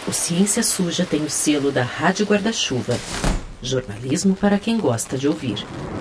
O Ciência Suja tem o selo da Rádio Guarda-Chuva. Jornalismo para quem gosta de ouvir.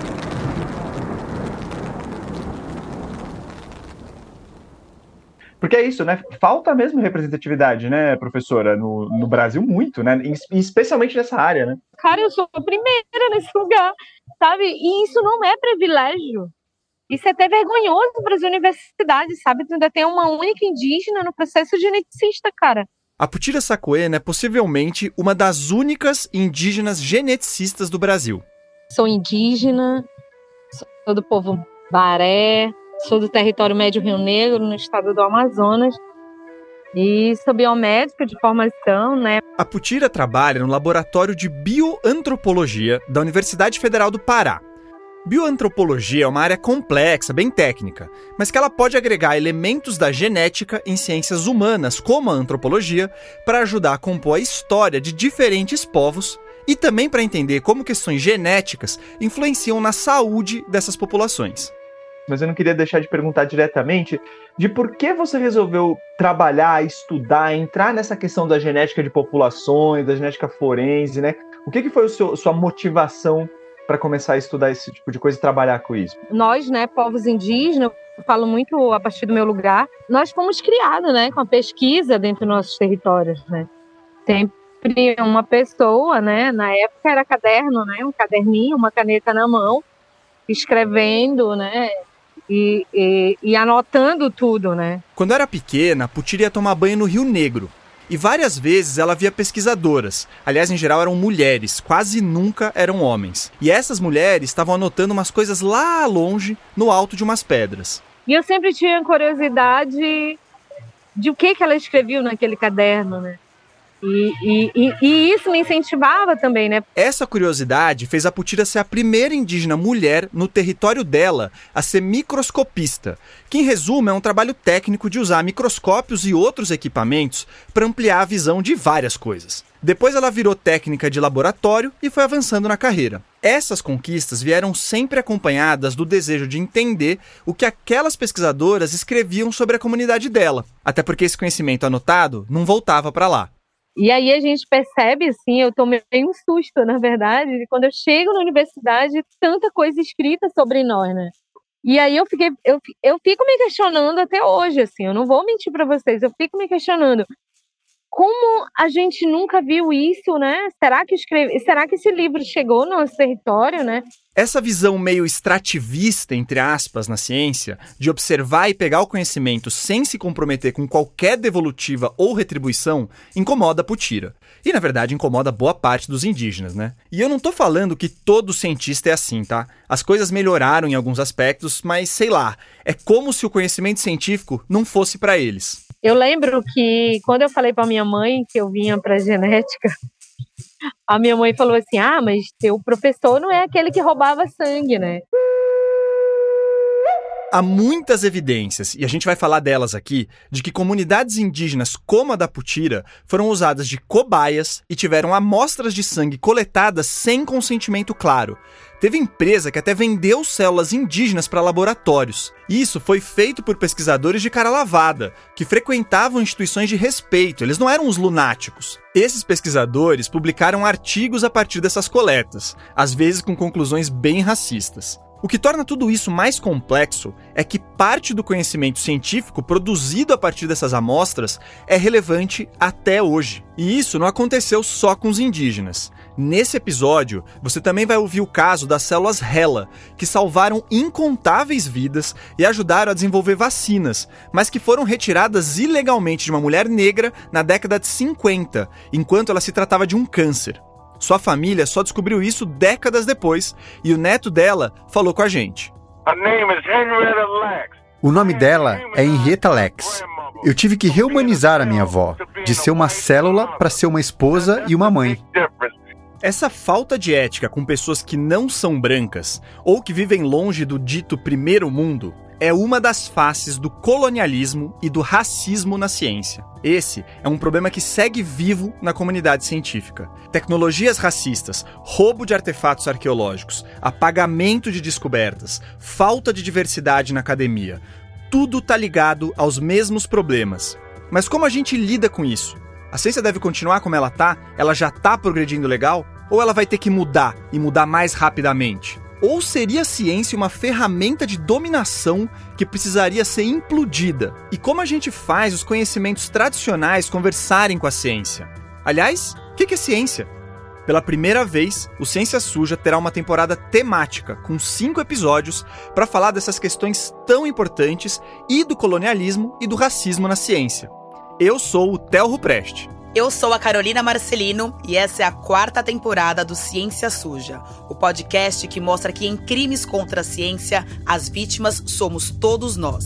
Porque é isso, né? Falta mesmo representatividade, né, professora? No Brasil, muito, né? Especialmente nessa área, né? Cara, eu sou a primeira nesse lugar, sabe? E isso não é privilégio. Isso é até vergonhoso para as universidades, sabe? Tu ainda tem uma única indígena no processo geneticista, cara. A Putira Sacoena é possivelmente uma das únicas indígenas geneticistas do Brasil. Sou indígena, sou do povo Baré, sou do território Médio Rio Negro, no estado do Amazonas. E sou biomédica de formação, né? A Putira trabalha no Laboratório de Bioantropologia da Universidade Federal do Pará. Bioantropologia é uma área complexa, bem técnica, mas que ela pode agregar elementos da genética em ciências humanas, como a antropologia, para ajudar a compor a história de diferentes povos e também para entender como questões genéticas influenciam na saúde dessas populações. Mas eu não queria deixar de perguntar diretamente de por que você resolveu trabalhar, estudar, entrar nessa questão da genética de populações, da genética forense, né? O que foi sua motivação para começar a estudar esse tipo de coisa e trabalhar com isso? Nós, né, povos indígenas, eu falo muito a partir do meu lugar, nós fomos criados, né, com a pesquisa dentro dos nossos territórios, né? Sempre uma pessoa, né, na época era caderno, né, um caderninho, uma caneta na mão, escrevendo, né, e anotando tudo, né? Quando era pequena, a Putira ia tomar banho no Rio Negro. E várias vezes ela via pesquisadoras. Aliás, em geral eram mulheres, quase nunca eram homens. E essas mulheres estavam anotando umas coisas lá longe, no alto de umas pedras. E eu sempre tinha curiosidade de o que ela escrevia naquele caderno, né? E isso me incentivava também, né? Essa curiosidade fez a Putira ser a primeira indígena mulher no território dela a ser microscopista, que em resumo é um trabalho técnico de usar microscópios e outros equipamentos para ampliar a visão de várias coisas. Depois ela virou técnica de laboratório e foi avançando na carreira. Essas conquistas vieram sempre acompanhadas do desejo de entender o que aquelas pesquisadoras escreviam sobre a comunidade dela, até porque esse conhecimento anotado não voltava para lá. E aí a gente percebe, assim, eu tomei um susto, na verdade, quando eu chego na universidade, tanta coisa escrita sobre nós, né? E aí eu fico me questionando até hoje, assim, eu não vou mentir para vocês, eu fico me questionando como a gente nunca viu isso, né? Será que esse livro chegou no nosso território, né? Essa visão meio extrativista, entre aspas, na ciência, de observar e pegar o conhecimento sem se comprometer com qualquer devolutiva ou retribuição, incomoda a Putira. E, na verdade, incomoda boa parte dos indígenas, né? E eu não tô falando que todo cientista é assim, tá? As coisas melhoraram em alguns aspectos, mas, sei lá, é como se o conhecimento científico não fosse para eles. Eu lembro que quando eu falei para minha mãe que eu vinha para genética, a minha mãe falou assim: mas teu professor não é aquele que roubava sangue, né? Há muitas evidências, e a gente vai falar delas aqui, de que comunidades indígenas como a da Putira foram usadas de cobaias e tiveram amostras de sangue coletadas sem consentimento claro. Teve empresa que até vendeu células indígenas para laboratórios. Isso foi feito por pesquisadores de cara lavada, que frequentavam instituições de respeito, eles não eram os lunáticos. Esses pesquisadores publicaram artigos a partir dessas coletas, às vezes com conclusões bem racistas. O que torna tudo isso mais complexo é que parte do conhecimento científico produzido a partir dessas amostras é relevante até hoje. E isso não aconteceu só com os indígenas. Nesse episódio, você também vai ouvir o caso das células HeLa, que salvaram incontáveis vidas e ajudaram a desenvolver vacinas, mas que foram retiradas ilegalmente de uma mulher negra na década de 50, enquanto ela se tratava de um câncer. Sua família só descobriu isso décadas depois e o neto dela falou com a gente. O nome dela é Henrietta Lex. Eu tive que reumanizar a minha avó, de ser uma célula para ser uma esposa e uma mãe. Essa falta de ética com pessoas que não são brancas ou que vivem longe do dito primeiro mundo é uma das faces do colonialismo e do racismo na ciência. Esse é um problema que segue vivo na comunidade científica. Tecnologias racistas, roubo de artefatos arqueológicos, apagamento de descobertas, falta de diversidade na academia. Tudo está ligado aos mesmos problemas. Mas como a gente lida com isso? A ciência deve continuar como ela tá? Ela já tá progredindo legal? Ou ela vai ter que mudar e mudar mais rapidamente? Ou seria a ciência uma ferramenta de dominação que precisaria ser implodida? E como a gente faz os conhecimentos tradicionais conversarem com a ciência? Aliás, o que é ciência? Pela primeira vez, o Ciência Suja terá uma temporada temática, com 5 episódios, para falar dessas questões tão importantes e do colonialismo e do racismo na ciência. Eu sou o Theo Ruprecht. Eu sou a Carolina Marcelino e essa é a 4ª temporada do Ciência Suja, o podcast que mostra que em crimes contra a ciência, as vítimas somos todos nós.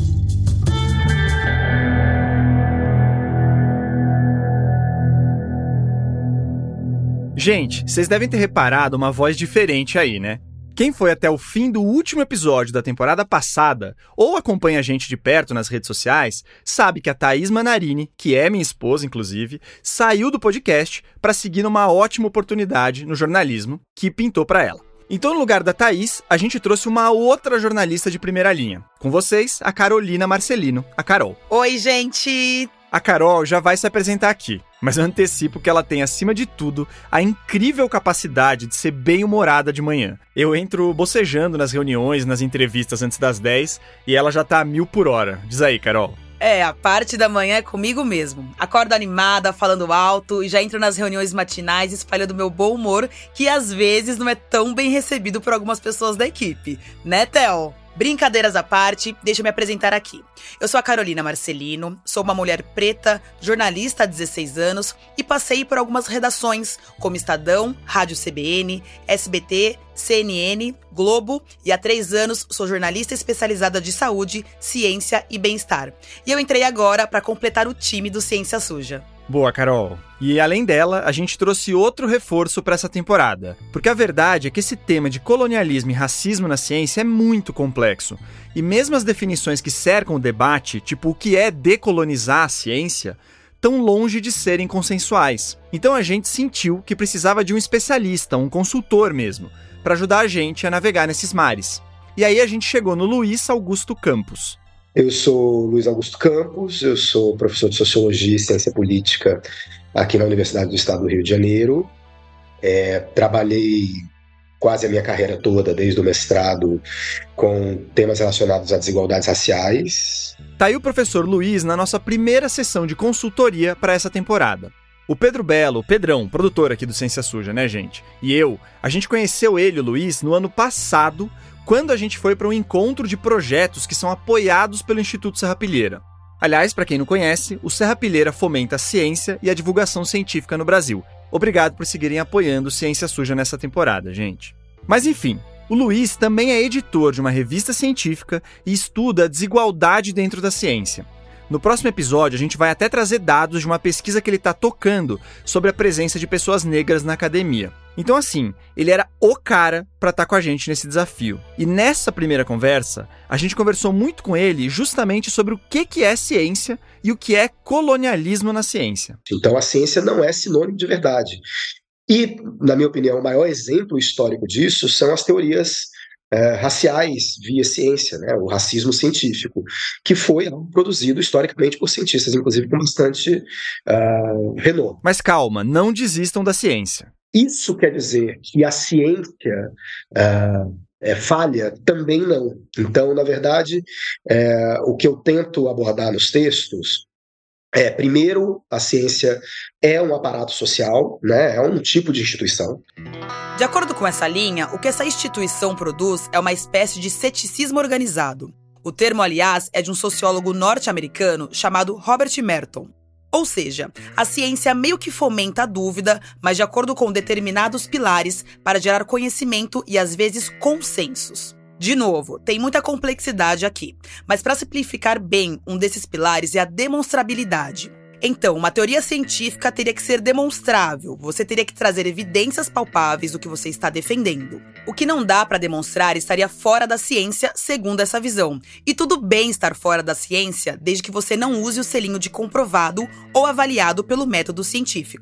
Gente, vocês devem ter reparado uma voz diferente aí, né? Quem foi até o fim do último episódio da temporada passada, ou acompanha a gente de perto nas redes sociais, sabe que a Thaís Manarini, que é minha esposa, inclusive, saiu do podcast para seguir numa ótima oportunidade no jornalismo que pintou para ela. Então, no lugar da Thaís, a gente trouxe uma outra jornalista de primeira linha. Com vocês, a Carolina Marcelino, a Carol. Oi, gente! A Carol já vai se apresentar aqui, mas eu antecipo que ela tem, acima de tudo, a incrível capacidade de ser bem-humorada de manhã. Eu entro bocejando nas reuniões, nas entrevistas antes das 10, e ela já tá a 1000 por hora. Diz aí, Carol. A parte da manhã é comigo mesmo. Acordo animada, falando alto, e já entro nas reuniões matinais espalhando meu bom humor, que às vezes não é tão bem recebido por algumas pessoas da equipe. Né, Theo? Brincadeiras à parte, deixa eu me apresentar aqui. Eu sou a Carolina Marcelino, sou uma mulher preta, jornalista há 16 anos e passei por algumas redações, como Estadão, Rádio CBN, SBT, CNN, Globo e há 3 anos sou jornalista especializada de saúde, ciência e bem-estar. E eu entrei agora para completar o time do Ciência Suja. Boa, Carol. E além dela, a gente trouxe outro reforço para essa temporada. Porque a verdade é que esse tema de colonialismo e racismo na ciência é muito complexo. E mesmo as definições que cercam o debate, tipo o que é decolonizar a ciência, estão longe de serem consensuais. Então a gente sentiu que precisava de um especialista, um consultor mesmo, para ajudar a gente a navegar nesses mares. E aí a gente chegou no Luiz Augusto Campos. Eu sou Luiz Augusto Campos, eu sou professor de Sociologia e Ciência Política aqui na Universidade do Estado do Rio de Janeiro. Trabalhei quase a minha carreira toda, desde o mestrado, com temas relacionados a desigualdades raciais. Tá aí o professor Luiz na nossa primeira sessão de consultoria para essa temporada. O Pedro Belo, o Pedrão, produtor aqui do Ciência Suja, né, gente? E a gente conheceu ele, o Luiz, no ano passado, quando a gente foi para um encontro de projetos que são apoiados pelo Instituto Serrapilheira. Aliás, para quem não conhece, o Serrapilheira fomenta a ciência e a divulgação científica no Brasil. Obrigado por seguirem apoiando Ciência Suja nessa temporada, gente. Mas enfim, o Luiz também é editor de uma revista científica e estuda a desigualdade dentro da ciência. No próximo episódio, a gente vai até trazer dados de uma pesquisa que ele está tocando sobre a presença de pessoas negras na academia. Então, assim, ele era o cara para estar com a gente nesse desafio. E nessa primeira conversa, a gente conversou muito com ele justamente sobre o que é ciência e o que é colonialismo na ciência. Então, a ciência não é sinônimo de verdade. E, na minha opinião, o maior exemplo histórico disso são as teorias raciais via ciência, né? O racismo científico, que foi produzido historicamente por cientistas, inclusive com bastante renome. Mas calma, não desistam da ciência. Isso quer dizer que a ciência falha? Também não. Então, na verdade, o que eu tento abordar nos textos primeiro, a ciência é um aparato social, né? É um tipo de instituição. De acordo com essa linha, o que essa instituição produz é uma espécie de ceticismo organizado. O termo, aliás, é de um sociólogo norte-americano chamado Robert Merton. Ou seja, a ciência meio que fomenta a dúvida, mas de acordo com determinados pilares para gerar conhecimento e, às vezes, consensos. De novo, tem muita complexidade aqui, mas para simplificar bem, um desses pilares é a demonstrabilidade. Então, uma teoria científica teria que ser demonstrável, você teria que trazer evidências palpáveis do que você está defendendo. O que não dá para demonstrar estaria fora da ciência, segundo essa visão. E tudo bem estar fora da ciência, desde que você não use o selinho de comprovado ou avaliado pelo método científico.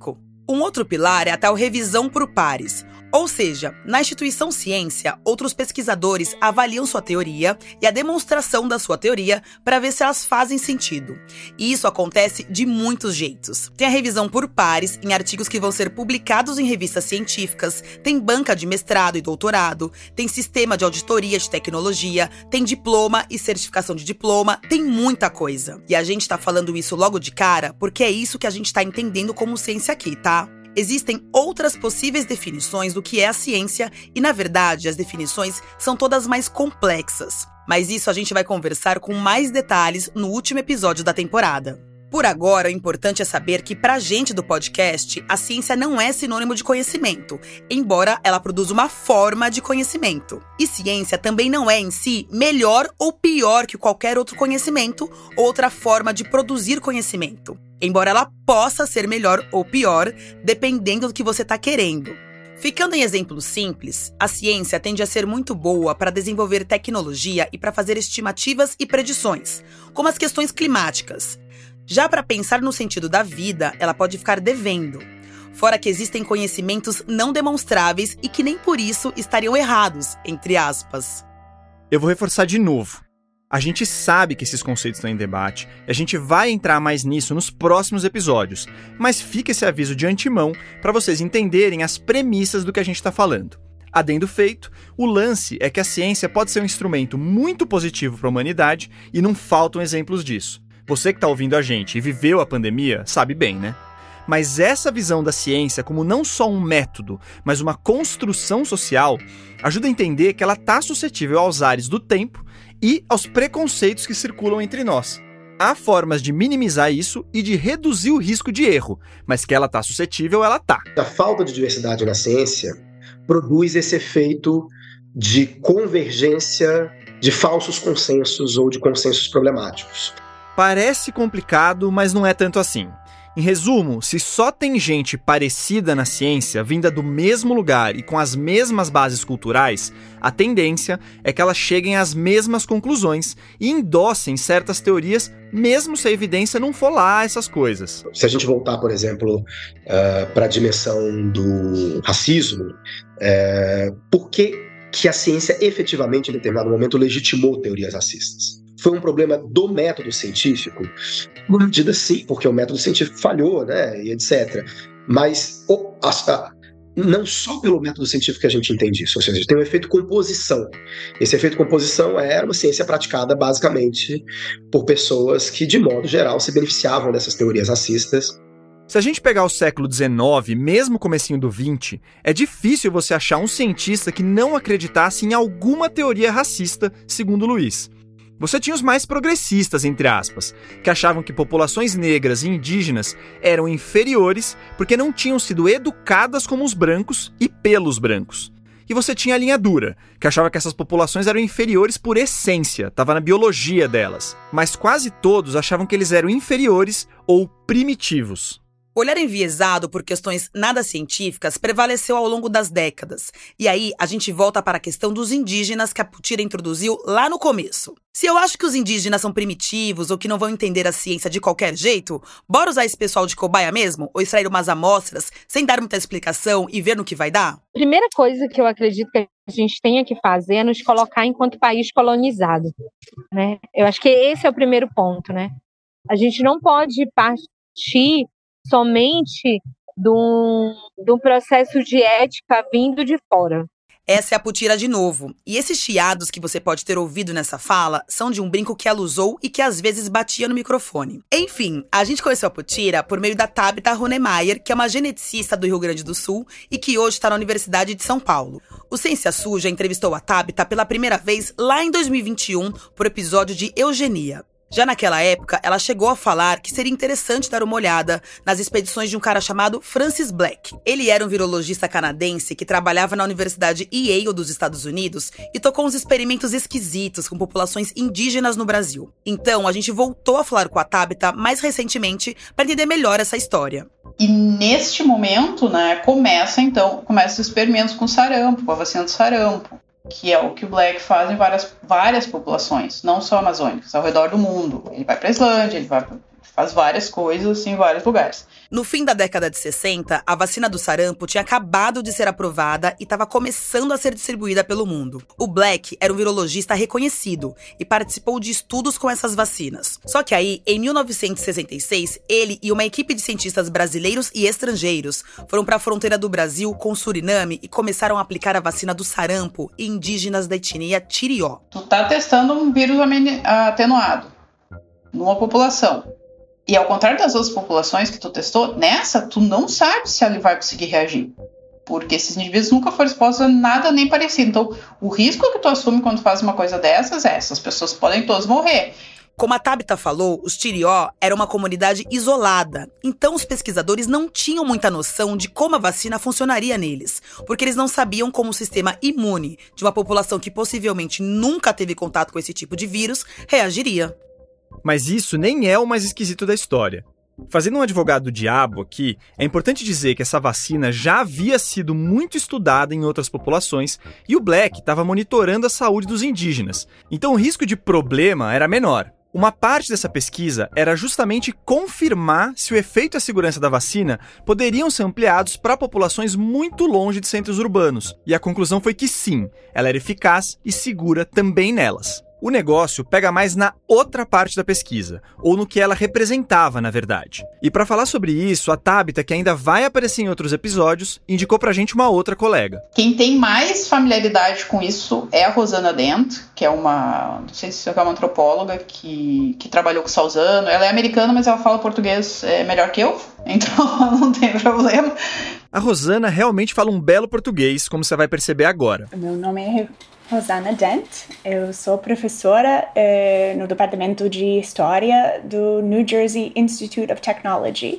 Um outro pilar é a tal revisão por pares. Ou seja, na instituição ciência, outros pesquisadores avaliam sua teoria e a demonstração da sua teoria para ver se elas fazem sentido. E isso acontece de muitos jeitos. Tem a revisão por pares em artigos que vão ser publicados em revistas científicas, tem banca de mestrado e doutorado, tem sistema de auditoria de tecnologia, tem diploma e certificação de diploma, tem muita coisa. E a gente tá falando isso logo de cara porque é isso que a gente tá entendendo como ciência aqui, tá? Existem outras possíveis definições do que é a ciência e, na verdade, as definições são todas mais complexas. Mas isso a gente vai conversar com mais detalhes no último episódio da temporada. Por agora, o importante é saber que, pra gente do podcast, a ciência não é sinônimo de conhecimento, embora ela produza uma forma de conhecimento. E ciência também não é, em si, melhor ou pior que qualquer outro conhecimento ou outra forma de produzir conhecimento. Embora ela possa ser melhor ou pior, dependendo do que você está querendo. Ficando em exemplos simples, a ciência tende a ser muito boa para desenvolver tecnologia e para fazer estimativas e predições, como as questões climáticas. Já para pensar no sentido da vida, ela pode ficar devendo. Fora que existem conhecimentos não demonstráveis e que nem por isso estariam errados, entre aspas. Eu vou reforçar de novo. A gente sabe que esses conceitos estão em debate e a gente vai entrar mais nisso nos próximos episódios, mas fica esse aviso de antemão para vocês entenderem as premissas do que a gente está falando. Adendo feito, o lance é que a ciência pode ser um instrumento muito positivo para a humanidade e não faltam exemplos disso. Você que está ouvindo a gente e viveu a pandemia sabe bem, né? Mas essa visão da ciência como não só um método, mas uma construção social, ajuda a entender que ela está suscetível aos ares do tempo e aos preconceitos que circulam entre nós. Há formas de minimizar isso e de reduzir o risco de erro, mas que ela está suscetível, ela está. A falta de diversidade na ciência produz esse efeito de convergência de falsos consensos ou de consensos problemáticos. Parece complicado, mas não é tanto assim. Em resumo, se só tem gente parecida na ciência, vinda do mesmo lugar e com as mesmas bases culturais, a tendência é que elas cheguem às mesmas conclusões e endossem certas teorias, mesmo se a evidência não for lá essas coisas. Se a gente voltar, por exemplo, para a dimensão do racismo, por que a ciência efetivamente, em determinado momento, legitimou teorias racistas? Foi um problema do método científico? Uma medida sim, porque o método científico falhou, né, e etc. Mas não só pelo método científico que a gente entende isso, ou seja, tem um efeito composição. Esse efeito composição era uma ciência praticada basicamente por pessoas que, de modo geral, se beneficiavam dessas teorias racistas. Se a gente pegar o século XIX, mesmo o comecinho do XX, é difícil você achar um cientista que não acreditasse em alguma teoria racista, segundo Luiz. Você tinha os mais progressistas, entre aspas, que achavam que populações negras e indígenas eram inferiores porque não tinham sido educadas como os brancos e pelos brancos. E você tinha a linha dura, que achava que essas populações eram inferiores por essência, estava na biologia delas. Mas quase todos achavam que eles eram inferiores ou primitivos. O olhar enviesado por questões nada científicas prevaleceu ao longo das décadas. E aí, a gente volta para a questão dos indígenas que a Putira introduziu lá no começo. Se eu acho que os indígenas são primitivos ou que não vão entender a ciência de qualquer jeito, bora usar esse pessoal de cobaia mesmo? Ou extrair umas amostras, sem dar muita explicação e ver no que vai dar? Primeira coisa que eu acredito que a gente tenha que fazer é nos colocar enquanto país colonizado, né? Eu acho que esse é o primeiro ponto, né? A gente não pode partir somente de um processo de ética vindo de fora. Essa é a Putira de novo. E esses chiados que você pode ter ouvido nessa fala são de um brinco que ela usou e que às vezes batia no microfone. Enfim, a gente conheceu a Putira por meio da Tabita Runemeyer, que é uma geneticista do Rio Grande do Sul e que hoje está na Universidade de São Paulo. O Ciência Suja entrevistou a Tabita pela primeira vez lá em 2021 por episódio de Eugenia. Já naquela época, ela chegou a falar que seria interessante dar uma olhada nas expedições de um cara chamado Francis Black. Ele era um virologista canadense que trabalhava na Universidade Yale dos Estados Unidos e tocou uns experimentos esquisitos com populações indígenas no Brasil. Então, a gente voltou a falar com a Tabita mais recentemente para entender melhor essa história. E neste momento, né, começa os experimentos com sarampo, com a vacina do sarampo, que é o que o Black faz em várias populações, não só amazônicas, ao redor do mundo. Ele vai para a Islândia, ele vai para faz várias coisas em vários lugares. No fim da década de 60, a vacina do sarampo tinha acabado de ser aprovada e estava começando a ser distribuída pelo mundo. O Black era um virologista reconhecido e participou de estudos com essas vacinas. Só que aí, em 1966, ele e uma equipe de cientistas brasileiros e estrangeiros foram para a fronteira do Brasil com Suriname e começaram a aplicar a vacina do sarampo em indígenas da etnia Tirió. Tu tá testando um vírus atenuado numa população. E ao contrário das outras populações que tu testou, nessa tu não sabe se ela vai conseguir reagir. Porque esses indivíduos nunca foram expostos a nada nem parecido. Então, o risco que tu assume quando faz uma coisa dessas é essas pessoas podem todas morrer. Como a Tabita falou, os Tirió era uma comunidade isolada. Então, os pesquisadores não tinham muita noção de como a vacina funcionaria neles, porque eles não sabiam como o sistema imune de uma população que possivelmente nunca teve contato com esse tipo de vírus reagiria. Mas isso nem é o mais esquisito da história. Fazendo um advogado do diabo aqui, é importante dizer que essa vacina já havia sido muito estudada em outras populações e o Black estava monitorando a saúde dos indígenas, então o risco de problema era menor. Uma parte dessa pesquisa era justamente confirmar se o efeito e a segurança da vacina poderiam ser ampliados para populações muito longe de centros urbanos, e a conclusão foi que sim, ela era eficaz e segura também nelas. O negócio pega mais na outra parte da pesquisa, ou no que ela representava, na verdade. E para falar sobre isso, a Tabita, que ainda vai aparecer em outros episódios, indicou pra gente uma outra colega. Quem tem mais familiaridade com isso é a Rosana Dent, que é não sei se é uma antropóloga que trabalhou com Salzano. Ela é americana, mas ela fala português melhor que eu, então não tem problema. A Rosana realmente fala um belo português, como você vai perceber agora. O meu nome é Rosana Dent, eu sou professora no Departamento de História do New Jersey Institute of Technology.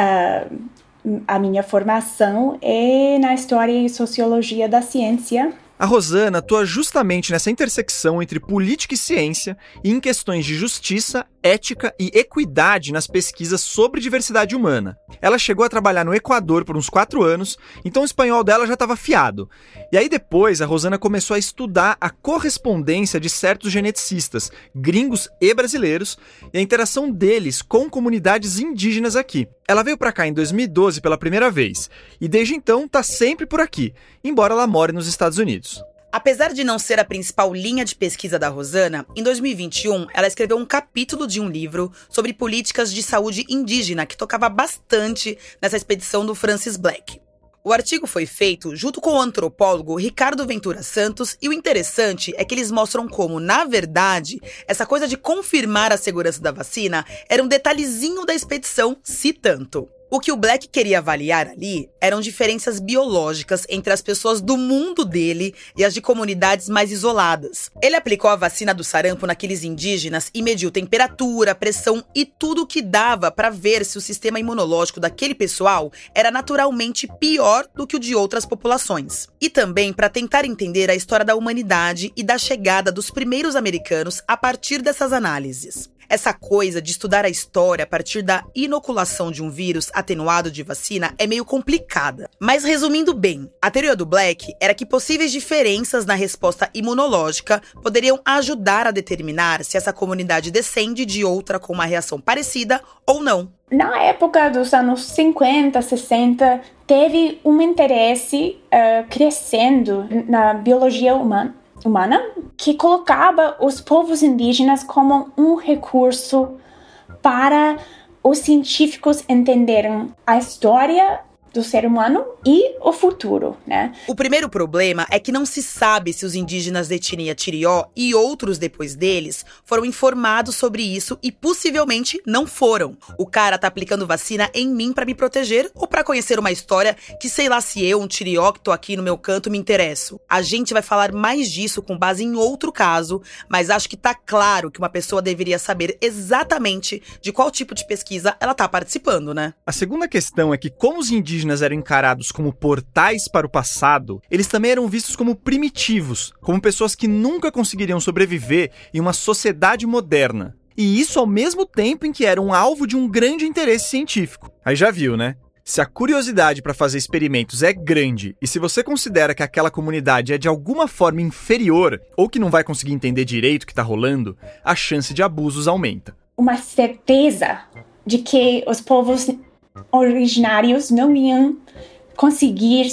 A minha formação é na História e Sociologia da Ciência. A Rosana atua justamente nessa intersecção entre política e ciência e em questões de justiça, ética e equidade nas pesquisas sobre diversidade humana. Ela chegou a trabalhar no Equador por uns 4 anos, então o espanhol dela já estava afiado. E aí depois a Rosana começou a estudar a correspondência de certos geneticistas, gringos e brasileiros, e a interação deles com comunidades indígenas aqui. Ela veio para cá em 2012 pela primeira vez, e desde então está sempre por aqui, embora ela more nos Estados Unidos. Apesar de não ser a principal linha de pesquisa da Rosana, em 2021 ela escreveu um capítulo de um livro sobre políticas de saúde indígena que tocava bastante nessa expedição do Francis Black. O artigo foi feito junto com o antropólogo Ricardo Ventura Santos e o interessante é que eles mostram como, na verdade, essa coisa de confirmar a segurança da vacina era um detalhezinho da expedição, se tanto. O que o Black queria avaliar ali eram diferenças biológicas entre as pessoas do mundo dele e as de comunidades mais isoladas. Ele aplicou a vacina do sarampo naqueles indígenas e mediu temperatura, pressão e tudo o que dava para ver se o sistema imunológico daquele pessoal era naturalmente pior do que o de outras populações. E também para tentar entender a história da humanidade e da chegada dos primeiros americanos a partir dessas análises. Essa coisa de estudar a história a partir da inoculação de um vírus atenuado de vacina é meio complicada. Mas resumindo bem, a teoria do Black era que possíveis diferenças na resposta imunológica poderiam ajudar a determinar se essa comunidade descende de outra com uma reação parecida ou não. Na época dos anos 50, 60, teve um interesse crescendo na biologia humana que colocava os povos indígenas como um recurso para os científicos entenderem a história do ser humano e o futuro, né? O primeiro problema é que não se sabe se os indígenas da etnia Tirió e outros depois deles foram informados sobre isso e possivelmente não foram. O cara tá aplicando vacina em mim pra me proteger ou pra conhecer uma história que sei lá se eu, um Tirió que tô aqui no meu canto, me interesso. A gente vai falar mais disso com base em outro caso, mas acho que tá claro que uma pessoa deveria saber exatamente de qual tipo de pesquisa ela tá participando, né? A segunda questão é que como os indígenas eram encarados como portais para o passado, eles também eram vistos como primitivos, como pessoas que nunca conseguiriam sobreviver em uma sociedade moderna. E isso ao mesmo tempo em que eram alvo de um grande interesse científico. Aí já viu, né? Se a curiosidade para fazer experimentos é grande e se você considera que aquela comunidade é de alguma forma inferior ou que não vai conseguir entender direito o que está rolando, a chance de abusos aumenta. Uma certeza de que os povos originários não iam conseguir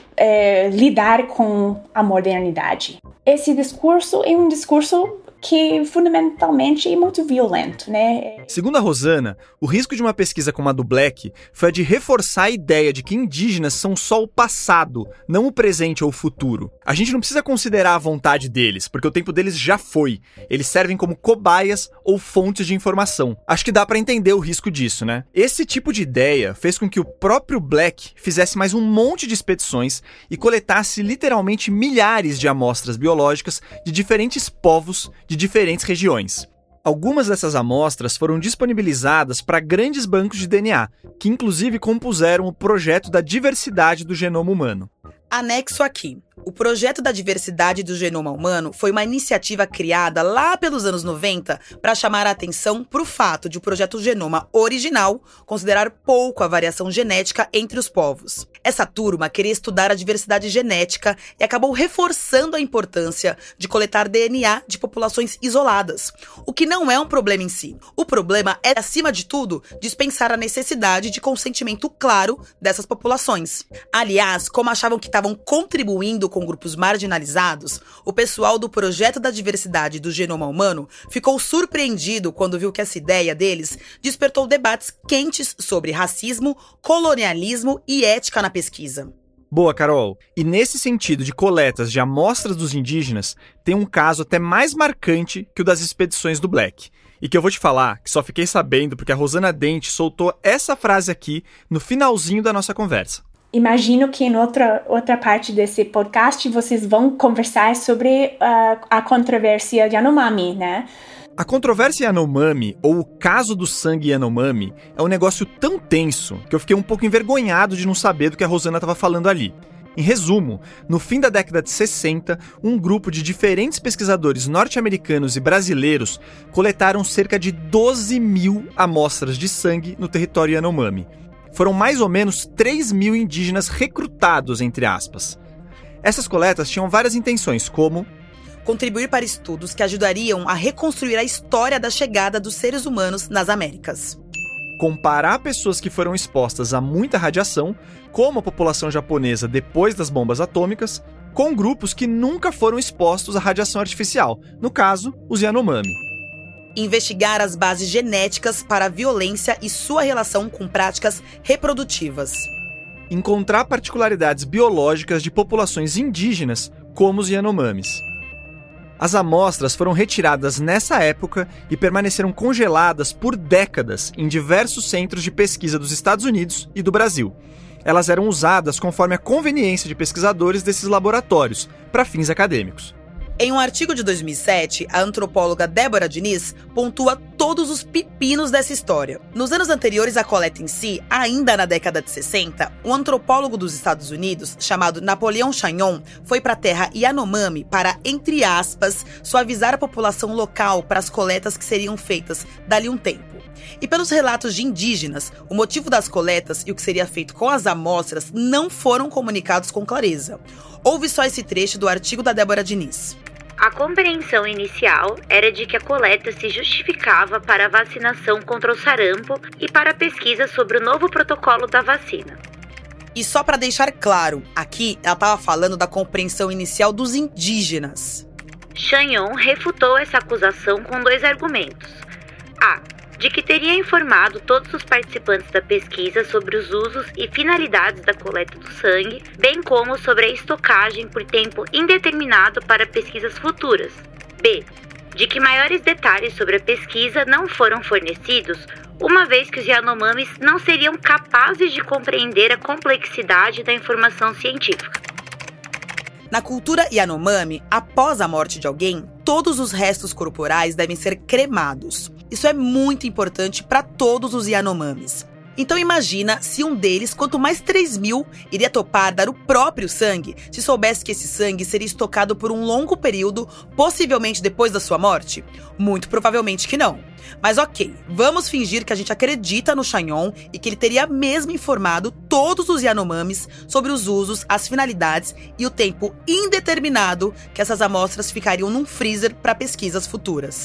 lidar com a modernidade. Esse discurso é um discurso que fundamentalmente é muito violento, né? Segundo a Rosana, o risco de uma pesquisa como a do Black foi a de reforçar a ideia de que indígenas são só o passado, não o presente ou o futuro. A gente não precisa considerar a vontade deles, porque o tempo deles já foi. Eles servem como cobaias ou fontes de informação. Acho que dá pra entender o risco disso, né? Esse tipo de ideia fez com que o próprio Black fizesse mais um monte de expedições e coletasse literalmente milhares de amostras biológicas de diferentes povos de diferentes regiões. Algumas dessas amostras foram disponibilizadas para grandes bancos de DNA, que inclusive compuseram o projeto da diversidade do genoma humano. Anexo aqui. O Projeto da Diversidade do Genoma Humano foi uma iniciativa criada lá pelos anos 90 para chamar a atenção para o fato de o projeto Genoma original considerar pouco a variação genética entre os povos. Essa turma queria estudar a diversidade genética e acabou reforçando a importância de coletar DNA de populações isoladas, o que não é um problema em si. O problema é, acima de tudo, dispensar a necessidade de consentimento claro dessas populações. Aliás, como achavam que estavam contribuindo com grupos marginalizados, o pessoal do Projeto da Diversidade do Genoma Humano ficou surpreendido quando viu que essa ideia deles despertou debates quentes sobre racismo, colonialismo e ética na pesquisa. Boa, Carol. E nesse sentido de coletas de amostras dos indígenas, tem um caso até mais marcante que o das expedições do Black. E que eu vou te falar que só fiquei sabendo porque a Rosana Dente soltou essa frase aqui no finalzinho da nossa conversa. Imagino que em outra parte desse podcast vocês vão conversar sobre a controvérsia Yanomami, né? A controvérsia Yanomami, ou o caso do sangue Yanomami, é um negócio tão tenso que eu fiquei um pouco envergonhado de não saber do que a Rosana estava falando ali. Em resumo, no fim da década de 60, um grupo de diferentes pesquisadores norte-americanos e brasileiros coletaram cerca de 12 mil amostras de sangue no território Yanomami. Foram mais ou menos 3 mil indígenas recrutados, entre aspas. Essas coletas tinham várias intenções, como contribuir para estudos que ajudariam a reconstruir a história da chegada dos seres humanos nas Américas. Comparar pessoas que foram expostas a muita radiação, como a população japonesa depois das bombas atômicas, com grupos que nunca foram expostos à radiação artificial, no caso, os Yanomami. Investigar as bases genéticas para a violência e sua relação com práticas reprodutivas. Encontrar particularidades biológicas de populações indígenas, como os Yanomamis. As amostras foram retiradas nessa época e permaneceram congeladas por décadas em diversos centros de pesquisa dos Estados Unidos e do Brasil. Elas eram usadas conforme a conveniência de pesquisadores desses laboratórios, para fins acadêmicos. Em um artigo de 2007, a antropóloga Débora Diniz pontua todos os pepinos dessa história. Nos anos anteriores à coleta em si, ainda na década de 60, um antropólogo dos Estados Unidos, chamado Napoleon Chagnon, foi para a terra Yanomami para, entre aspas, suavizar a população local para as coletas que seriam feitas dali um tempo. E pelos relatos de indígenas, o motivo das coletas e o que seria feito com as amostras não foram comunicados com clareza. Ouve só esse trecho do artigo da Débora Diniz. A compreensão inicial era de que a coleta se justificava para a vacinação contra o sarampo e para a pesquisa sobre o novo protocolo da vacina. E só para deixar claro, aqui ela estava falando da compreensão inicial dos indígenas. Chagnon refutou essa acusação com 2 argumentos. De que teria informado todos os participantes da pesquisa sobre os usos e finalidades da coleta do sangue, bem como sobre a estocagem por tempo indeterminado para pesquisas futuras. B. De que maiores detalhes sobre a pesquisa não foram fornecidos, uma vez que os Yanomamis não seriam capazes de compreender a complexidade da informação científica. Na cultura Yanomami, após a morte de alguém, todos os restos corporais devem ser cremados. Isso é muito importante para todos os Yanomamis. Então imagina se um deles, quanto mais 3 mil, iria topar dar o próprio sangue se soubesse que esse sangue seria estocado por um longo período, possivelmente depois da sua morte? Muito provavelmente que não. Mas ok, vamos fingir que a gente acredita no Chagnon e que ele teria mesmo informado todos os Yanomamis sobre os usos, as finalidades e o tempo indeterminado que essas amostras ficariam num freezer para pesquisas futuras.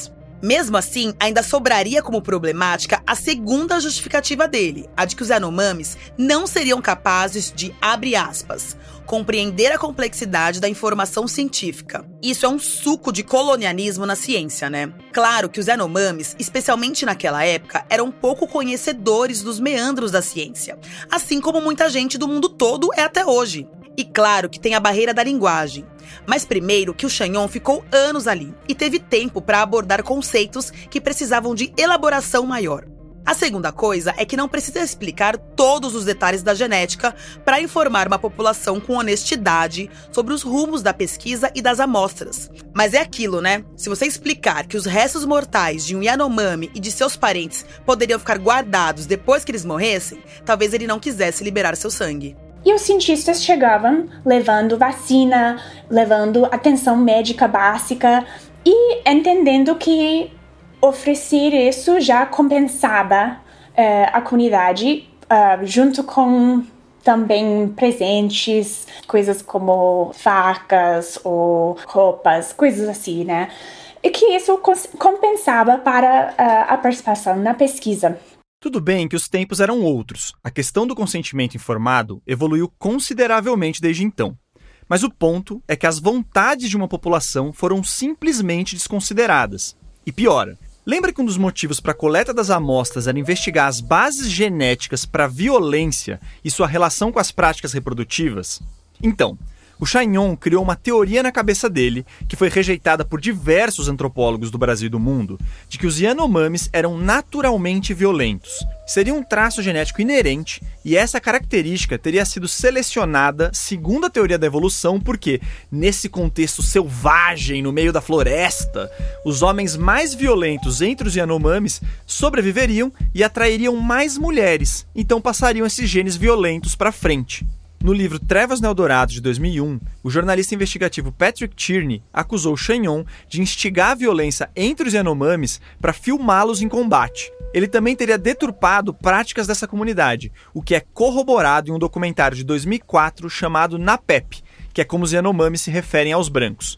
Mesmo assim, ainda sobraria como problemática a segunda justificativa dele, a de que os Yanomamis não seriam capazes de, abre aspas, compreender a complexidade da informação científica. Isso é um suco de colonialismo na ciência, né? Claro que os Yanomamis, especialmente naquela época, eram pouco conhecedores dos meandros da ciência, assim como muita gente do mundo todo é até hoje. E claro que tem a barreira da linguagem. Mas primeiro que o Chagnon ficou anos ali e teve tempo para abordar conceitos que precisavam de elaboração maior. A segunda coisa é que não precisa explicar todos os detalhes da genética para informar uma população com honestidade sobre os rumos da pesquisa e das amostras. Mas é aquilo, né? Se você explicar que os restos mortais de um Yanomami e de seus parentes poderiam ficar guardados depois que eles morressem, talvez ele não quisesse liberar seu sangue. E os cientistas chegavam levando vacina, levando atenção médica básica e entendendo que oferecer isso já compensava a comunidade, junto com também presentes, coisas como facas ou roupas, coisas assim, né? E que isso compensava para a participação na pesquisa. Tudo bem que os tempos eram outros. A questão do consentimento informado evoluiu consideravelmente desde então. Mas o ponto é que as vontades de uma população foram simplesmente desconsideradas. E piora, lembra que um dos motivos para a coleta das amostras era investigar as bases genéticas para a violência e sua relação com as práticas reprodutivas? Então, o Chagnon criou uma teoria na cabeça dele, que foi rejeitada por diversos antropólogos do Brasil e do mundo, de que os Yanomamis eram naturalmente violentos. Seria um traço genético inerente, e essa característica teria sido selecionada segundo a teoria da evolução, porque, nesse contexto selvagem, no meio da floresta, os homens mais violentos entre os Yanomamis sobreviveriam e atrairiam mais mulheres, então passariam esses genes violentos para frente. No livro Trevas no Eldorado, de 2001, o jornalista investigativo Patrick Tierney acusou o Chagnon de instigar a violência entre os Yanomamis para filmá-los em combate. Ele também teria deturpado práticas dessa comunidade, o que é corroborado em um documentário de 2004 chamado NAPEP, que é como os Yanomamis se referem aos brancos.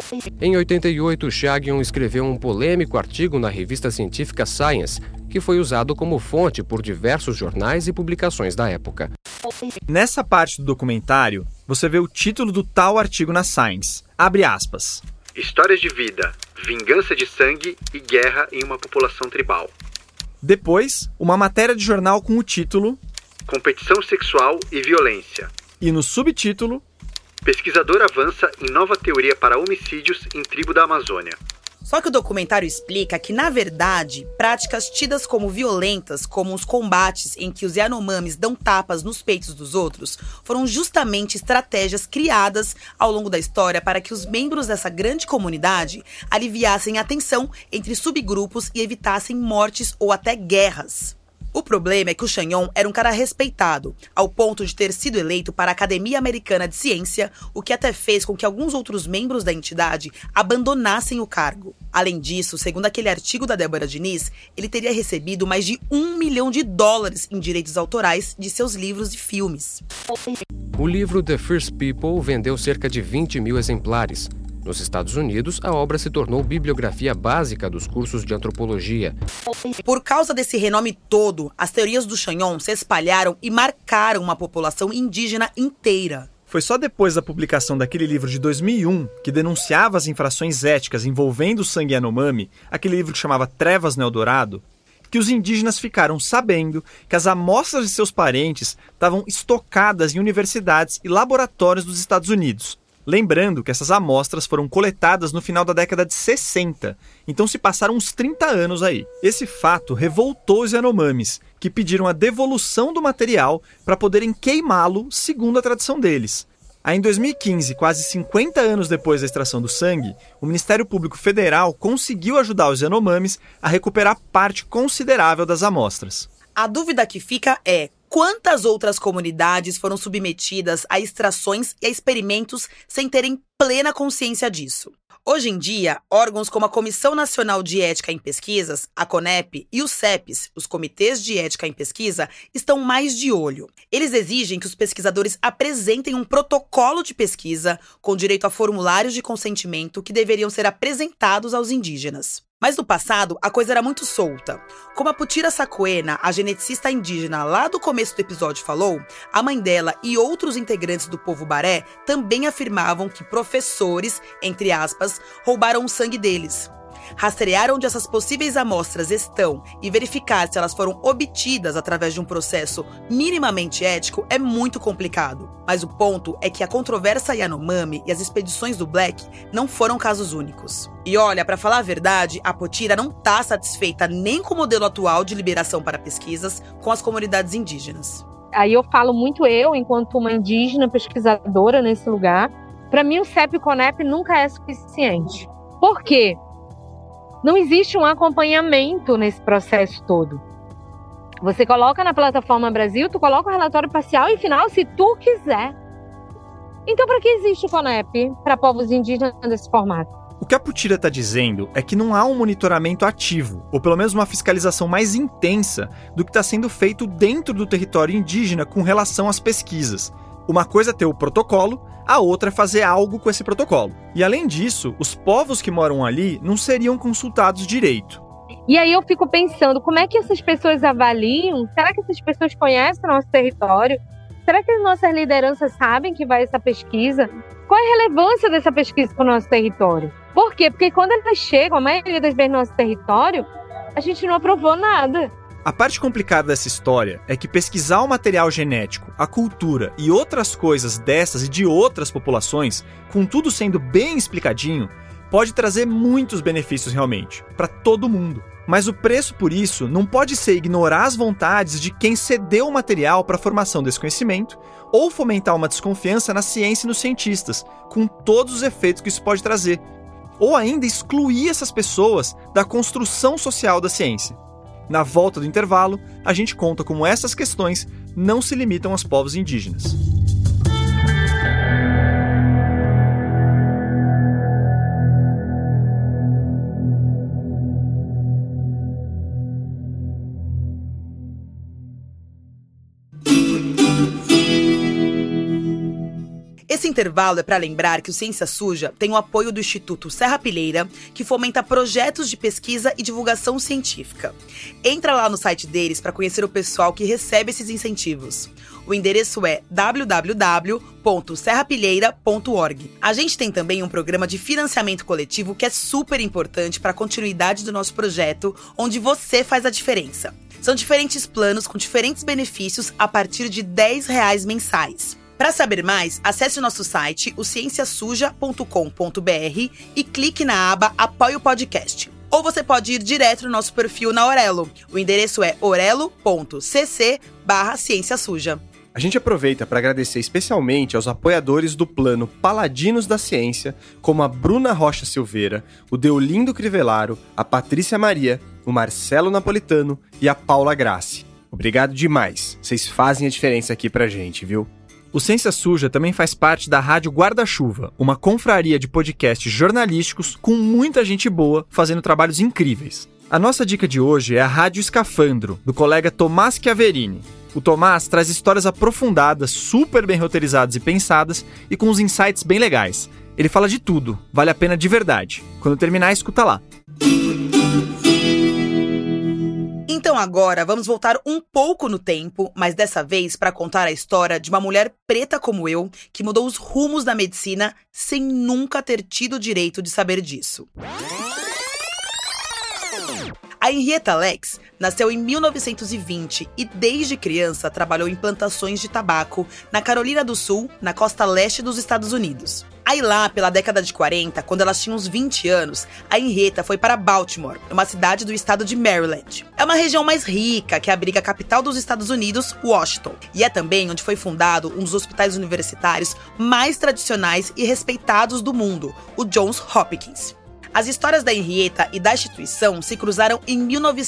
Em 88, Chagnon escreveu um polêmico artigo na revista científica Science, que foi usado como fonte por diversos jornais e publicações da época. Nessa parte do documentário, você vê o título do tal artigo na Science. Abre aspas. Histórias de vida, vingança de sangue e guerra em uma população tribal. Depois, uma matéria de jornal com o título Competição sexual e violência. E no subtítulo Pesquisador avança em nova teoria para homicídios em tribo da Amazônia. Só que o documentário explica que, na verdade, práticas tidas como violentas, como os combates em que os Yanomamis dão tapas nos peitos dos outros, foram justamente estratégias criadas ao longo da história para que os membros dessa grande comunidade aliviassem a tensão entre subgrupos e evitassem mortes ou até guerras. O problema é que o Chagnon era um cara respeitado, ao ponto de ter sido eleito para a Academia Americana de Ciência, o que até fez com que alguns outros membros da entidade abandonassem o cargo. Além disso, segundo aquele artigo da Débora Diniz, ele teria recebido mais de $1 milhão em direitos autorais de seus livros e filmes. O livro The First People vendeu cerca de 20 mil exemplares. Nos Estados Unidos, a obra se tornou bibliografia básica dos cursos de antropologia. Por causa desse renome todo, as teorias do Chagnon se espalharam e marcaram uma população indígena inteira. Foi só depois da publicação daquele livro de 2001, que denunciava as infrações éticas envolvendo o sangue Yanomami, aquele livro que chamava Trevas no Eldorado, que os indígenas ficaram sabendo que as amostras de seus parentes estavam estocadas em universidades e laboratórios dos Estados Unidos. Lembrando que essas amostras foram coletadas no final da década de 60, então se passaram uns 30 anos aí. Esse fato revoltou os Yanomamis, que pediram a devolução do material para poderem queimá-lo segundo a tradição deles. Aí em 2015, quase 50 anos depois da extração do sangue, o Ministério Público Federal conseguiu ajudar os Yanomamis a recuperar parte considerável das amostras. A dúvida que fica é: quantas outras comunidades foram submetidas a extrações e a experimentos sem terem plena consciência disso. Hoje em dia, órgãos como a Comissão Nacional de Ética em Pesquisas, a CONEP, e os CEPs, os Comitês de Ética em Pesquisa, estão mais de olho. Eles exigem que os pesquisadores apresentem um protocolo de pesquisa com direito a formulários de consentimento que deveriam ser apresentados aos indígenas. Mas no passado, a coisa era muito solta. Como a Putira Sacoena, a geneticista indígena lá do começo do episódio falou, a mãe dela e outros integrantes do povo Baré também afirmavam que professores, entre aspas, roubaram o sangue deles. Rastrear onde essas possíveis amostras estão e verificar se elas foram obtidas através de um processo minimamente ético é muito complicado. Mas o ponto é que a controvérsia Yanomami e as expedições do Black não foram casos únicos. E olha, pra falar a verdade, a Putira não tá satisfeita nem com o modelo atual de liberação para pesquisas com as comunidades indígenas. Aí eu falo muito enquanto uma indígena pesquisadora nesse lugar, para mim o CEP e o CONEP nunca é suficiente. Por quê? Não existe um acompanhamento nesse processo todo. Você coloca na plataforma Brasil, tu coloca o relatório parcial e final se tu quiser. Então, para que existe o CONEP para povos indígenas desse formato? O que a Putira está dizendo é que não há um monitoramento ativo, ou pelo menos uma fiscalização mais intensa do que está sendo feito dentro do território indígena com relação às pesquisas. Uma coisa é ter o protocolo, a outra é fazer algo com esse protocolo. E além disso, os povos que moram ali não seriam consultados direito. E aí eu fico pensando, como é que essas pessoas avaliam? Será que essas pessoas conhecem o nosso território? Será que as nossas lideranças sabem que vai essa pesquisa? Qual é a relevância dessa pesquisa para o nosso território? Por quê? Porque quando elas chegam, a maioria das vezes no nosso território, a gente não aprovou nada. A parte complicada dessa história é que pesquisar o material genético, a cultura e outras coisas dessas e de outras populações, com tudo sendo bem explicadinho, pode trazer muitos benefícios realmente, para todo mundo. Mas o preço por isso não pode ser ignorar as vontades de quem cedeu o material para a formação desse conhecimento ou fomentar uma desconfiança na ciência e nos cientistas, com todos os efeitos que isso pode trazer. Ou ainda excluir essas pessoas da construção social da ciência. Na volta do intervalo, a gente conta como essas questões não se limitam aos povos indígenas. Esse intervalo é para lembrar que o Ciência Suja tem o apoio do Instituto Serrapilheira, que fomenta projetos de pesquisa e divulgação científica. Entra lá no site deles para conhecer o pessoal que recebe esses incentivos. O endereço é www.serrapilheira.org. A gente tem também um programa de financiamento coletivo que é super importante para a continuidade do nosso projeto, onde você faz a diferença. São diferentes planos com diferentes benefícios a partir de R$10 mensais. Para saber mais, acesse o nosso site, o cienciasuja.com.br e clique na aba Apoie o Podcast. Ou você pode ir direto no nosso perfil na Orelo. O endereço é orelo.cc/cienciasuja. A gente aproveita para agradecer especialmente aos apoiadores do plano Paladinos da Ciência, como a Bruna Rocha Silveira, o Deolindo Crivellaro, a Patrícia Maria, o Marcelo Napolitano e a Paula Grassi. Obrigado demais, vocês fazem a diferença aqui pra gente, viu? O Ciência Suja também faz parte da Rádio Guarda-Chuva, uma confraria de podcasts jornalísticos com muita gente boa fazendo trabalhos incríveis. A nossa dica de hoje é a Rádio Escafandro, do colega Tomás Chiaverini. O Tomás traz histórias aprofundadas, super bem roteirizadas e pensadas e com uns insights bem legais. Ele fala de tudo, vale a pena de verdade. Quando terminar, escuta lá. Então agora vamos voltar um pouco no tempo, mas dessa vez para contar a história de uma mulher preta como eu, que mudou os rumos da medicina sem nunca ter tido o direito de saber disso. A Henrietta Lacks nasceu em 1920 e desde criança trabalhou em plantações de tabaco na Carolina do Sul, na costa leste dos Estados Unidos. Aí lá, pela década de 40, quando ela tinha uns 20 anos, a Henrietta foi para Baltimore, uma cidade do estado de Maryland. É uma região mais rica, que abriga a capital dos Estados Unidos, Washington. E é também onde foi fundado um dos hospitais universitários mais tradicionais e respeitados do mundo, o Johns Hopkins. As histórias da Henrietta e da instituição se cruzaram em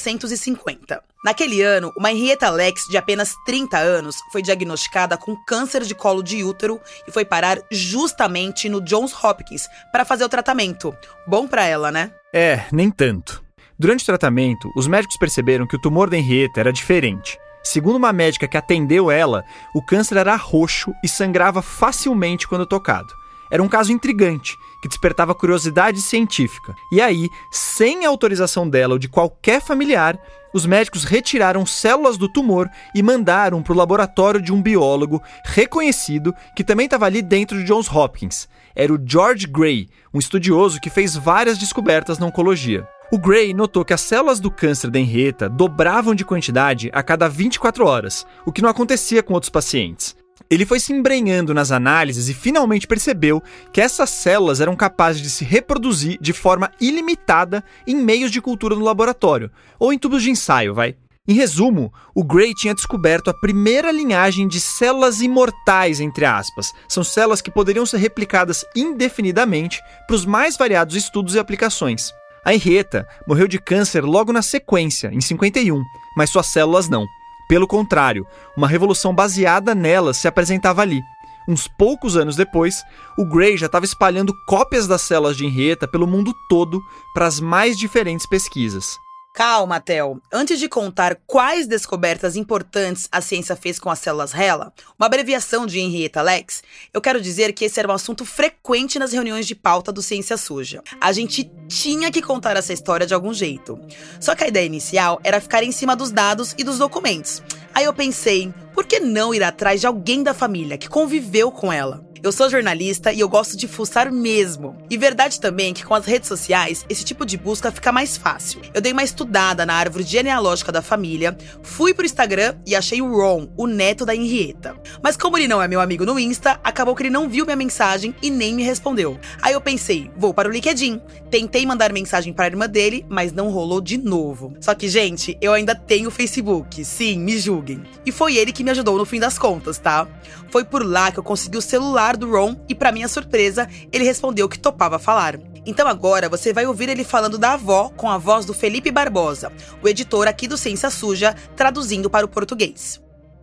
1950. Naquele ano, uma Henrietta Lacks de apenas 30 anos foi diagnosticada com câncer de colo de útero e foi parar justamente no Johns Hopkins para fazer o tratamento. Bom pra ela, né? Nem tanto. Durante o tratamento, os médicos perceberam que o tumor da Henrietta era diferente. Segundo uma médica que atendeu ela, o câncer era roxo e sangrava facilmente quando tocado. Era um caso intrigante, que despertava curiosidade científica. E aí, sem a autorização dela ou de qualquer familiar, os médicos retiraram células do tumor e mandaram para o laboratório de um biólogo reconhecido que também estava ali dentro de Johns Hopkins. Era o George Gray, um estudioso que fez várias descobertas na oncologia. O Gray notou que as células do câncer da Henrietta dobravam de quantidade a cada 24 horas, o que não acontecia com outros pacientes. Ele foi se embrenhando nas análises e finalmente percebeu que essas células eram capazes de se reproduzir de forma ilimitada em meios de cultura no laboratório, ou em tubos de ensaio, Em resumo, o Gray tinha descoberto a primeira linhagem de células imortais, entre aspas. São células que poderiam ser replicadas indefinidamente para os mais variados estudos e aplicações. A Henrietta morreu de câncer logo na sequência, em 51, mas suas células não. Pelo contrário, uma revolução baseada nelas se apresentava ali. Uns poucos anos depois, o Gray já estava espalhando cópias das células de Henrietta pelo mundo todo para as mais diferentes pesquisas. Calma, Theo. Antes de contar quais descobertas importantes a ciência fez com as células HeLa, uma abreviação de Henrietta Lacks, eu quero dizer que esse era um assunto frequente nas reuniões de pauta do Ciência Suja. A gente tinha que contar essa história de algum jeito. Só que a ideia inicial era ficar em cima dos dados e dos documentos. Aí eu pensei, por que não ir atrás de alguém da família que conviveu com ela? Eu sou jornalista e eu gosto de fuçar mesmo. E verdade também que com as redes sociais, esse tipo de busca fica mais fácil. Eu dei uma estudada na árvore genealógica da família, fui pro Instagram e achei o Ron, o neto da Henrietta. Mas como ele não é meu amigo no Insta, acabou que ele não viu minha mensagem e nem me respondeu. Aí eu pensei, vou para o LinkedIn. Tentei mandar mensagem para a irmã dele, mas não rolou de novo. Só que, gente, eu ainda tenho o Facebook. Sim, me julguem. E foi ele que me ajudou no fim das contas, tá? Foi por lá que eu consegui o celular do Ron e, pra minha surpresa, ele respondeu que topava falar. Então agora você vai ouvir ele falando da avó com a voz do Felipe Barbosa, o editor aqui do Ciência Suja, traduzindo para o português.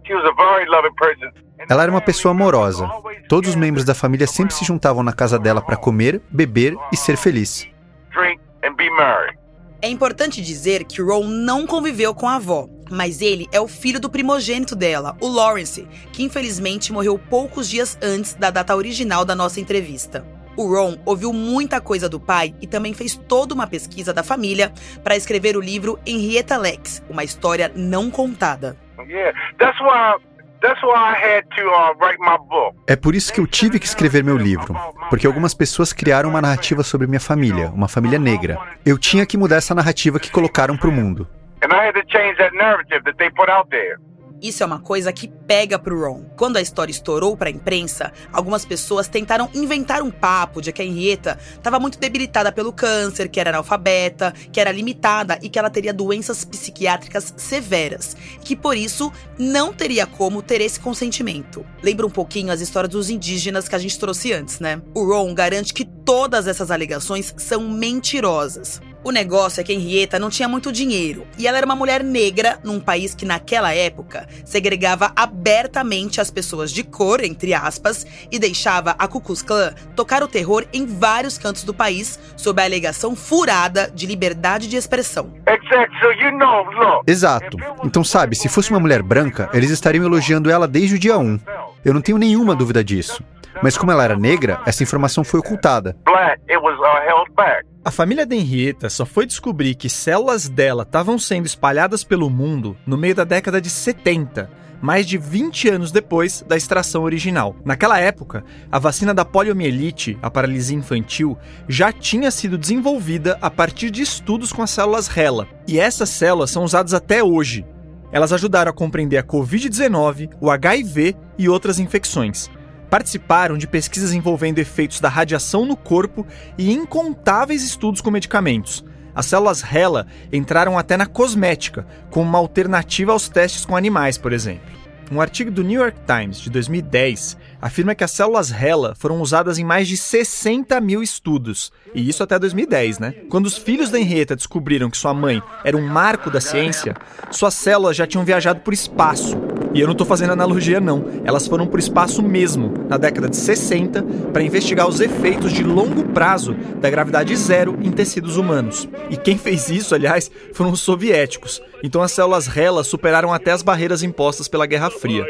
Ela era uma pessoa amorosa. Todos os membros da família sempre se juntavam na casa dela para comer, beber e ser feliz. É importante dizer que Ron não conviveu com a avó, mas ele é o filho do primogênito dela, o Lawrence, que infelizmente morreu poucos dias antes da data original da nossa entrevista. O Ron ouviu muita coisa do pai e também fez toda uma pesquisa da família para escrever o livro Henrietta Lacks, uma história não contada. É por isso que eu tive que escrever meu livro, porque algumas pessoas criaram uma narrativa sobre minha família, uma família negra. Eu tinha que mudar essa narrativa que colocaram pro mundo. Isso é uma coisa que pega pro Ron. Quando a história estourou pra imprensa, algumas pessoas tentaram inventar um papo de que a Henrietta estava muito debilitada pelo câncer, que era analfabeta, que era limitada e que ela teria doenças psiquiátricas severas, e que por isso não teria como ter esse consentimento. Lembra um pouquinho as histórias dos indígenas que a gente trouxe antes, né? O Ron garante que todas essas alegações são mentirosas. O negócio é que a Henrietta não tinha muito dinheiro e ela era uma mulher negra num país que naquela época segregava abertamente as pessoas de cor, entre aspas, e deixava a Ku Klux Klan tocar o terror em vários cantos do país sob a alegação furada de liberdade de expressão. Exato. Então sabe, se fosse uma mulher branca, eles estariam elogiando ela desde o dia 1. Eu não tenho nenhuma dúvida disso. Mas como ela era negra, essa informação foi ocultada. A família da Henrietta só foi descobrir que células dela estavam sendo espalhadas pelo mundo no meio da década de 70, mais de 20 anos depois da extração original. Naquela época, a vacina da poliomielite, a paralisia infantil, já tinha sido desenvolvida a partir de estudos com as células HeLa. E essas células são usadas até hoje. Elas ajudaram a compreender a Covid-19, o HIV e outras infecções. Participaram de pesquisas envolvendo efeitos da radiação no corpo e incontáveis estudos com medicamentos. As células HeLa entraram até na cosmética, como uma alternativa aos testes com animais, por exemplo. Um artigo do New York Times, de 2010, afirma que as células HeLa foram usadas em mais de 60 mil estudos. E isso até 2010, né? Quando os filhos da Henrietta descobriram que sua mãe era um marco da ciência, suas células já tinham viajado por espaço. E eu não tô fazendo analogia, não. Elas foram pro espaço mesmo, na década de 60, para investigar os efeitos de longo prazo da gravidade zero em tecidos humanos. E quem fez isso, aliás, foram os soviéticos. Então as células HeLa superaram até as barreiras impostas pela Guerra Fria.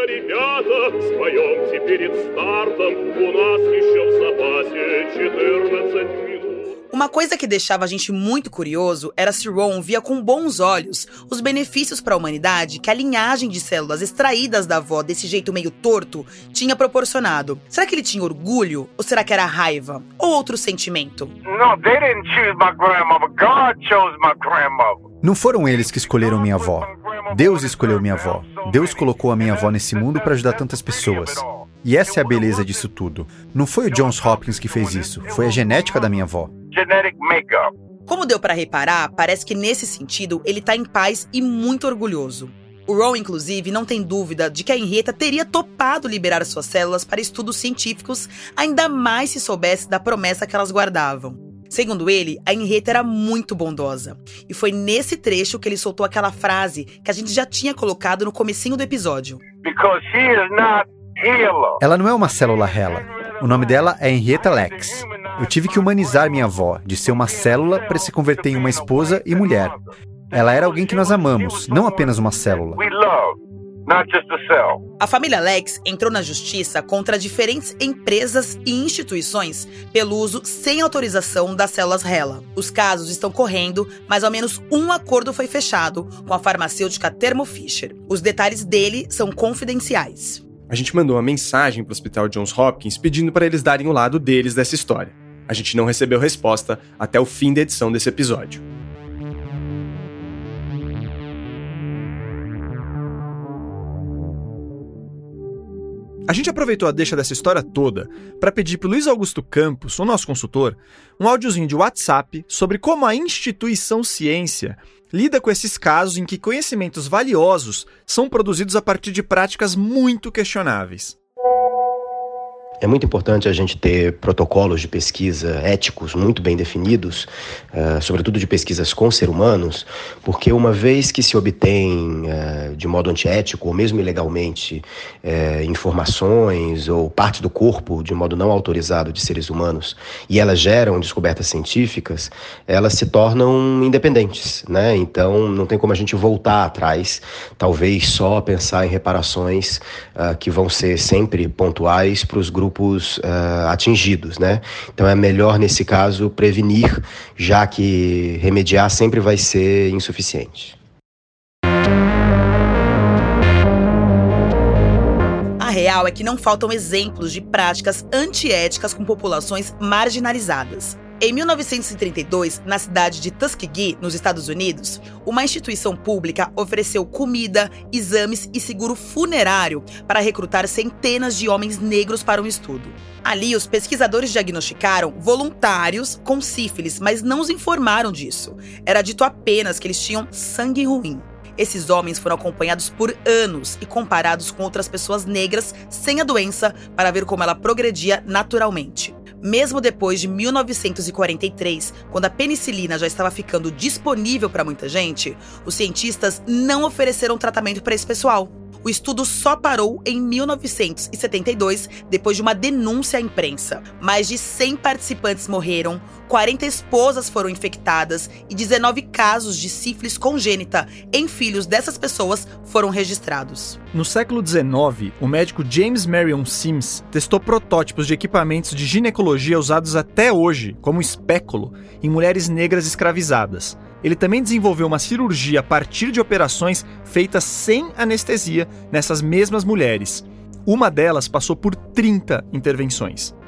Uma coisa que deixava a gente muito curioso era se Ron via com bons olhos os benefícios para a humanidade que a linhagem de células extraídas da avó desse jeito meio torto tinha proporcionado. Será que ele tinha orgulho? Ou será que era raiva? Ou outro sentimento? No, they didn't choose my grandmother. God chose my grandmother. Não foram eles que escolheram minha avó. Deus escolheu minha avó. Deus colocou a minha avó nesse mundo para ajudar tantas pessoas. E essa é a beleza disso tudo. Não foi o Johns Hopkins que fez isso, foi a genética da minha avó. Como deu pra reparar, parece que nesse sentido ele tá em paz e muito orgulhoso. O Ron, inclusive, não tem dúvida de que a Henrietta teria topado liberar suas células para estudos científicos, ainda mais se soubesse da promessa que elas guardavam. Segundo ele, a Henrietta era muito bondosa. E foi nesse trecho que ele soltou aquela frase que a gente já tinha colocado no comecinho do episódio. Because she is not HeLa. Ela não é uma célula HeLa. O nome dela é Henrietta Lacks. Eu tive que humanizar minha avó, de ser uma célula para se converter em uma esposa e mulher. Ela era alguém que nós amamos, não apenas uma célula. We love, not just a cell. A família Lacks entrou na justiça contra diferentes empresas e instituições pelo uso sem autorização das células HeLa. Os casos estão correndo, mas ao menos um acordo foi fechado com a farmacêutica Thermo Fisher. Os detalhes dele são confidenciais. A gente mandou uma mensagem para o Hospital Johns Hopkins pedindo para eles darem o lado deles dessa história. A gente não recebeu resposta até o fim da edição desse episódio. A gente aproveitou a deixa dessa história toda para pedir para o Luiz Augusto Campos, o nosso consultor, um áudiozinho de WhatsApp sobre como a instituição ciência lida com esses casos em que conhecimentos valiosos são produzidos a partir de práticas muito questionáveis. É muito importante a gente ter protocolos de pesquisa éticos muito bem definidos, sobretudo de pesquisas com seres humanos, porque uma vez que se obtém de modo antiético ou mesmo ilegalmente informações ou parte do corpo de modo não autorizado de seres humanos e elas geram descobertas científicas, elas se tornam independentes, né? Então não tem como a gente voltar atrás, talvez só pensar em reparações que vão ser sempre pontuais para os grupos atingidos, né? Então é melhor, nesse caso, prevenir, já que remediar sempre vai ser insuficiente. A real é que não faltam exemplos de práticas antiéticas com populações marginalizadas. Em 1932, na cidade de Tuskegee, nos Estados Unidos, uma instituição pública ofereceu comida, exames e seguro funerário para recrutar centenas de homens negros para um estudo. Ali, os pesquisadores diagnosticaram voluntários com sífilis, mas não os informaram disso. Era dito apenas que eles tinham sangue ruim. Esses homens foram acompanhados por anos e comparados com outras pessoas negras sem a doença para ver como ela progredia naturalmente. Mesmo depois de 1943, quando a penicilina já estava ficando disponível para muita gente, os cientistas não ofereceram tratamento para esse pessoal. O estudo só parou em 1972, depois de uma denúncia à imprensa. Mais de 100 participantes morreram, 40 esposas foram infectadas e 19 casos de sífilis congênita em filhos dessas pessoas foram registrados. No século XIX, o médico James Marion Sims testou protótipos de equipamentos de ginecologia usados até hoje, como espéculo, em mulheres negras escravizadas. Ele também desenvolveu uma cirurgia a partir de operações feitas sem anestesia nessas mesmas mulheres. Uma delas passou por 30 intervenções.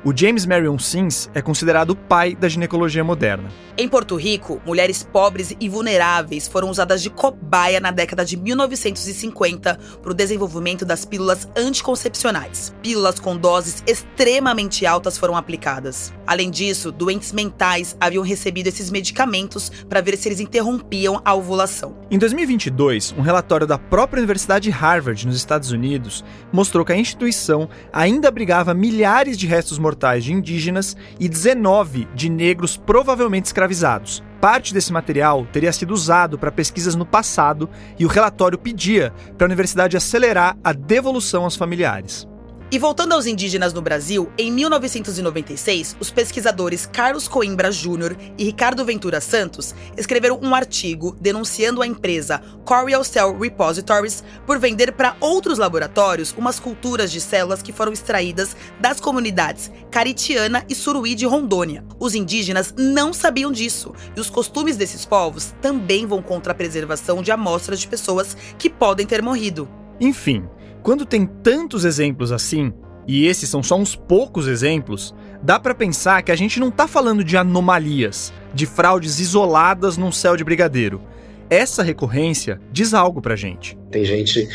O James Marion Sims é considerado o pai da ginecologia moderna. Em Porto Rico, mulheres pobres e vulneráveis foram usadas de cobaia na década de 1950 para o desenvolvimento das pílulas anticoncepcionais. Pílulas com doses extremamente altas foram aplicadas. Além disso, doentes mentais haviam recebido esses medicamentos para ver se eles interrompiam a ovulação. Em 2022, um relatório da própria Universidade Harvard, nos Estados Unidos, mostrou que a instituição ainda abrigava milhares de restos mortais de indígenas e 19 de negros provavelmente escravizados. Parte desse material teria sido usado para pesquisas no passado e o relatório pedia para a universidade acelerar a devolução aos familiares. E voltando aos indígenas no Brasil, em 1996, os pesquisadores Carlos Coimbra Jr. e Ricardo Ventura Santos escreveram um artigo denunciando a empresa Corial Cell Repositories por vender para outros laboratórios umas culturas de células que foram extraídas das comunidades Caritiana e Suruí de Rondônia. Os indígenas não sabiam disso, e os costumes desses povos também vão contra a preservação de amostras de pessoas que podem ter morrido. Enfim, quando tem tantos exemplos assim, e esses são só uns poucos exemplos, dá pra pensar que a gente não tá falando de anomalias, de fraudes isoladas num céu de brigadeiro. Essa recorrência diz algo pra gente. Tem gente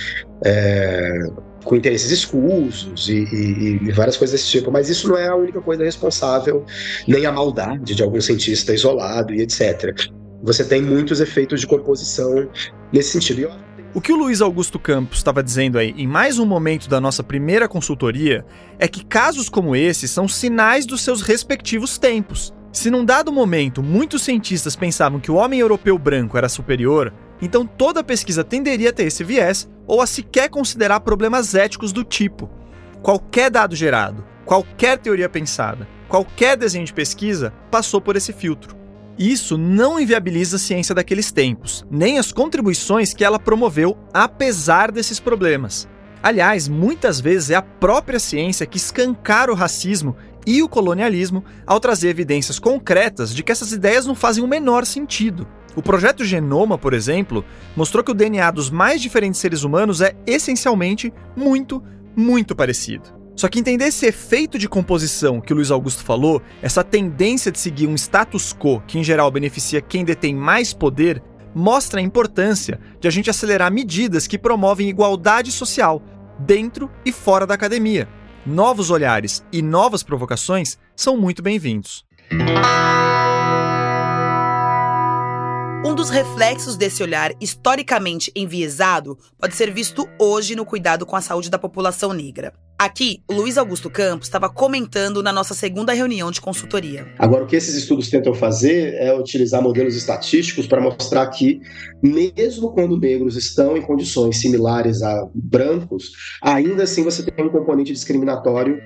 com interesses escusos e várias coisas desse tipo, mas isso não é a única coisa responsável, nem a maldade de algum cientista isolado e etc. Você tem muitos efeitos de composição nesse sentido. O que o Luiz Augusto Campos estava dizendo aí em mais um momento da nossa primeira consultoria é que casos como esse são sinais dos seus respectivos tempos. Se num dado momento muitos cientistas pensavam que o homem europeu branco era superior, então toda pesquisa tenderia a ter esse viés ou a sequer considerar problemas éticos do tipo. Qualquer dado gerado, qualquer teoria pensada, qualquer desenho de pesquisa passou por esse filtro. Isso não inviabiliza a ciência daqueles tempos, nem as contribuições que ela promoveu apesar desses problemas. Aliás, muitas vezes é a própria ciência que escancara o racismo e o colonialismo ao trazer evidências concretas de que essas ideias não fazem o menor sentido. O projeto Genoma, por exemplo, mostrou que o DNA dos mais diferentes seres humanos é essencialmente muito, muito parecido. Só que entender esse efeito de composição que o Luiz Augusto falou, essa tendência de seguir um status quo que em geral beneficia quem detém mais poder, mostra a importância de a gente acelerar medidas que promovem igualdade social, dentro e fora da academia. Novos olhares e novas provocações são muito bem-vindos. Um dos reflexos desse olhar historicamente enviesado pode ser visto hoje no cuidado com a saúde da população negra. Aqui, o Luiz Augusto Campos estava comentando na nossa segunda reunião de consultoria. Agora, o que esses estudos tentam fazer é utilizar modelos estatísticos para mostrar que, mesmo quando negros estão em condições similares a brancos, ainda assim você tem um componente discriminatório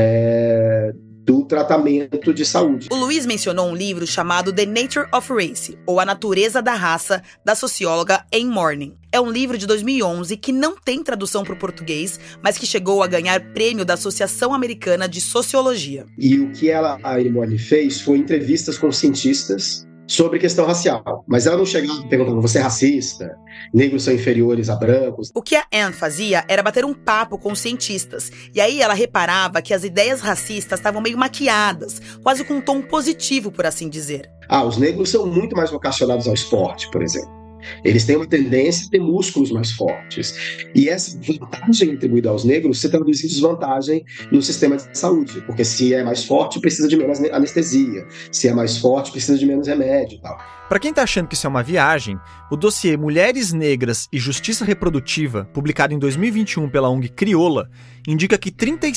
do tratamento de saúde. O Luiz mencionou um livro chamado The Nature of Race, ou A Natureza da Raça, da socióloga Anne Morning. É um livro de 2011 que não tem tradução para o português, mas que chegou a ganhar prêmio da Associação Americana de Sociologia. E o que a Anne Morning fez foi entrevistas com cientistas sobre questão racial. Mas ela não chegava perguntando, você é racista? Negros são inferiores a brancos? O que a Anne fazia era bater um papo com os cientistas. E aí ela reparava que as ideias racistas estavam meio maquiadas, quase com um tom positivo, por assim dizer. Os negros são muito mais vocacionados ao esporte, por exemplo. Eles têm uma tendência a ter músculos mais fortes. E essa vantagem atribuída aos negros se traduz em desvantagem no sistema de saúde. Porque se é mais forte, precisa de menos anestesia. Se é mais forte, precisa de menos remédio e tal. Para quem tá achando que isso é uma viagem, o dossiê Mulheres Negras e Justiça Reprodutiva, publicado em 2021 pela ONG Crioula, indica que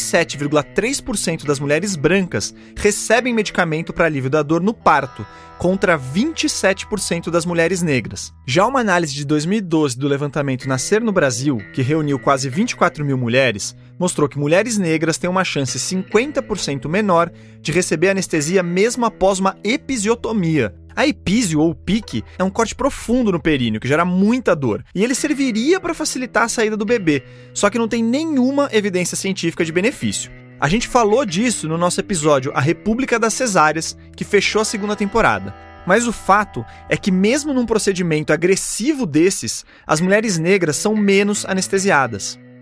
37,3% das mulheres brancas recebem medicamento para alívio da dor no parto, contra 27% das mulheres negras. Já uma análise de 2012 do levantamento Nascer no Brasil, que reuniu quase 24 mil mulheres, mostrou que mulheres negras têm uma chance 50% menor de receber anestesia mesmo após uma episiotomia. A epísio ou pique é um corte profundo no períneo que gera muita dor, e ele serviria para facilitar a saída do bebê, só que não tem nenhuma evidência científica de benefício. A gente falou disso no nosso episódio A República das Cesáreas, que fechou a segunda temporada. Mas o fato é que mesmo num procedimento agressivo desses, as mulheres negras são menos anestesiadas.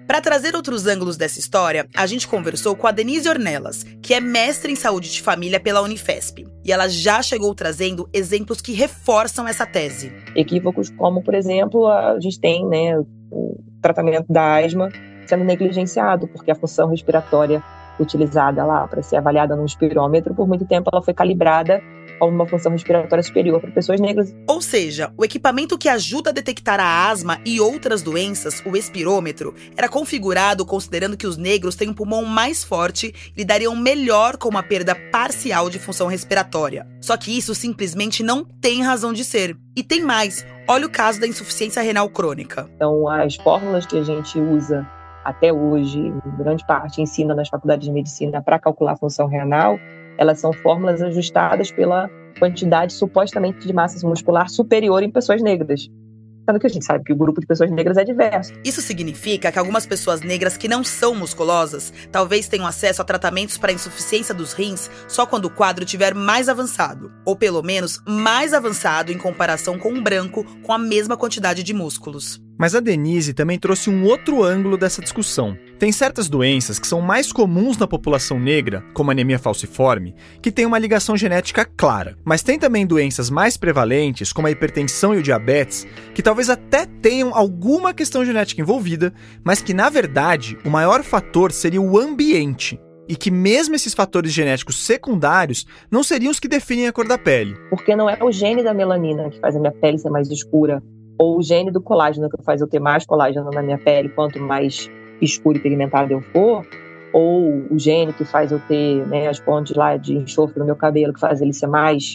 Para trazer outros ângulos dessa história, a gente conversou com a Denise Ornelas, que é mestre em saúde de família pela Unifesp. E ela já chegou trazendo exemplos que reforçam essa tese. Equívocos como, por exemplo, a gente tem, o tratamento da asma sendo negligenciado, porque a função respiratória utilizada lá para ser avaliada no espirômetro, por muito tempo ela foi calibrada como uma função respiratória superior para pessoas negras. Ou seja, o equipamento que ajuda a detectar a asma e outras doenças, o espirômetro, era configurado considerando que os negros têm um pulmão mais forte e lidariam melhor com uma perda parcial de função respiratória. Só que isso simplesmente não tem razão de ser. E tem mais, olha o caso da insuficiência renal crônica. Então, as fórmulas que a gente usa até hoje, em grande parte, ensina nas faculdades de medicina para calcular a função renal, elas são fórmulas ajustadas pela quantidade supostamente de massa muscular superior em pessoas negras. Sendo que a gente sabe que o grupo de pessoas negras é diverso. Isso significa que algumas pessoas negras que não são musculosas talvez tenham acesso a tratamentos para insuficiência dos rins só quando o quadro estiver mais avançado. Ou pelo menos mais avançado em comparação com um branco com a mesma quantidade de músculos. Mas a Denise também trouxe um outro ângulo dessa discussão. Tem certas doenças que são mais comuns na população negra, como a anemia falciforme, que tem uma ligação genética clara. Mas tem também doenças mais prevalentes, como a hipertensão e o diabetes, que talvez até tenham alguma questão genética envolvida, mas que, na verdade, o maior fator seria o ambiente. E que mesmo esses fatores genéticos secundários não seriam os que definem a cor da pele. Porque não é o gene da melanina que faz a minha pele ser mais escura, ou o gene do colágeno que faz eu ter mais colágeno na minha pele, quanto mais escuro e pigmentado eu for, ou o gene que faz eu ter as pontes lá de enxofre no meu cabelo, que faz ele ser mais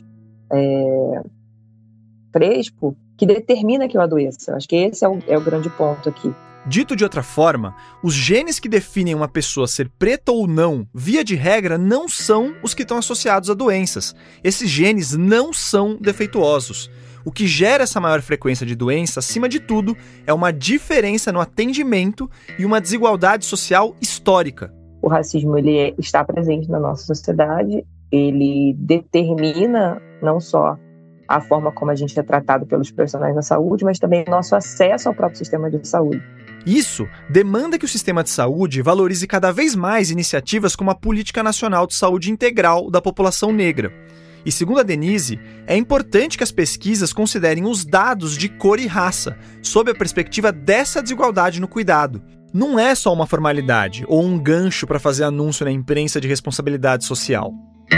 crespo, que determina que eu adoeça. Acho que esse é o grande ponto aqui. Dito de outra forma, os genes que definem uma pessoa ser preta ou não, via de regra, não são os que estão associados a doenças. Esses genes não são defeituosos. O que gera essa maior frequência de doença, acima de tudo, é uma diferença no atendimento e uma desigualdade social histórica. O racismo está presente na nossa sociedade, ele determina não só a forma como a gente é tratado pelos profissionais da saúde, mas também o nosso acesso ao próprio sistema de saúde. Isso demanda que o sistema de saúde valorize cada vez mais iniciativas como a Política Nacional de Saúde Integral da população negra. E segundo a Denise, é importante que as pesquisas considerem os dados de cor e raça, sob a perspectiva dessa desigualdade no cuidado. Não é só uma formalidade ou um gancho para fazer anúncio na imprensa de responsabilidade social.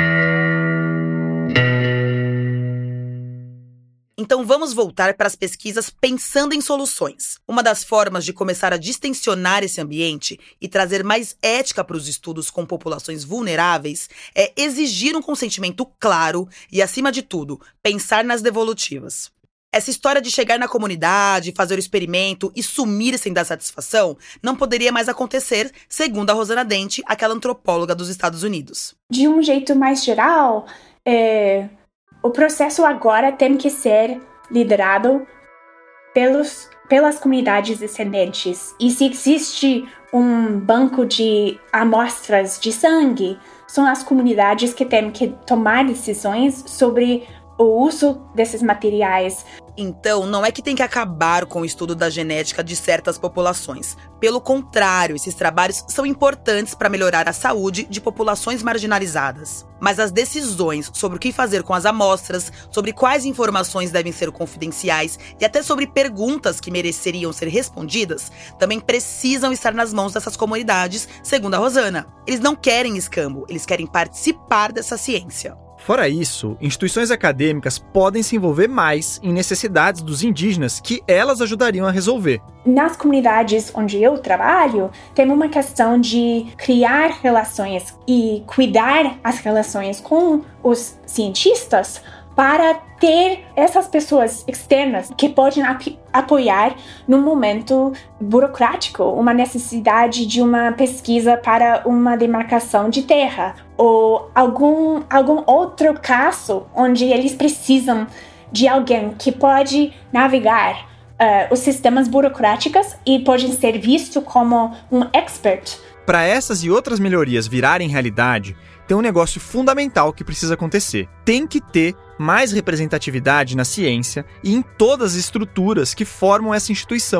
Então vamos voltar para as pesquisas pensando em soluções. Uma das formas de começar a distensionar esse ambiente e trazer mais ética para os estudos com populações vulneráveis é exigir um consentimento claro e, acima de tudo, pensar nas devolutivas. Essa história de chegar na comunidade, fazer o experimento e sumir sem dar satisfação não poderia mais acontecer, segundo a Rosana Dente, aquela antropóloga dos Estados Unidos. De um jeito mais geral, o processo agora tem que ser liderado pelas comunidades descendentes. E se existe um banco de amostras de sangue, são as comunidades que têm que tomar decisões sobre o uso desses materiais. Então, não é que tem que acabar com o estudo da genética de certas populações. Pelo contrário, esses trabalhos são importantes para melhorar a saúde de populações marginalizadas. Mas as decisões sobre o que fazer com as amostras, sobre quais informações devem ser confidenciais e até sobre perguntas que mereceriam ser respondidas, também precisam estar nas mãos dessas comunidades, segundo a Rosana. Eles não querem escambo, eles querem participar dessa ciência. Fora isso, instituições acadêmicas podem se envolver mais em necessidades dos indígenas que elas ajudariam a resolver. Nas comunidades onde eu trabalho, tem uma questão de criar relações e cuidar as relações com os cientistas para ter essas pessoas externas que podem apoiar num momento burocrático, uma necessidade de uma pesquisa para uma demarcação de terra, ou algum outro caso onde eles precisam de alguém que pode navegar os sistemas burocráticos e pode ser visto como um expert. Para essas e outras melhorias virarem realidade, tem um negócio fundamental que precisa acontecer. Tem que ter mais representatividade na ciência e em todas as estruturas que formam essa instituição,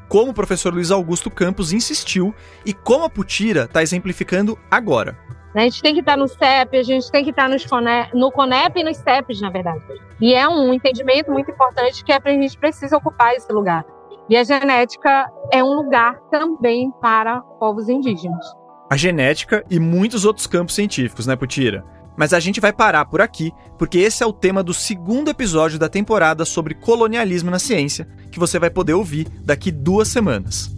como o professor Luiz Augusto Campos insistiu e como a Putira está exemplificando agora. A gente tem que estar no CEP, a gente tem que estar no CONEP e nos CEPs, na verdade. E é um entendimento muito importante que a gente precisa ocupar esse lugar. E a genética é um lugar também para povos indígenas. A genética e muitos outros campos científicos, né, Putira? Mas a gente vai parar por aqui, porque esse é o tema do segundo episódio da temporada sobre colonialismo na ciência, que você vai poder ouvir daqui 2 semanas.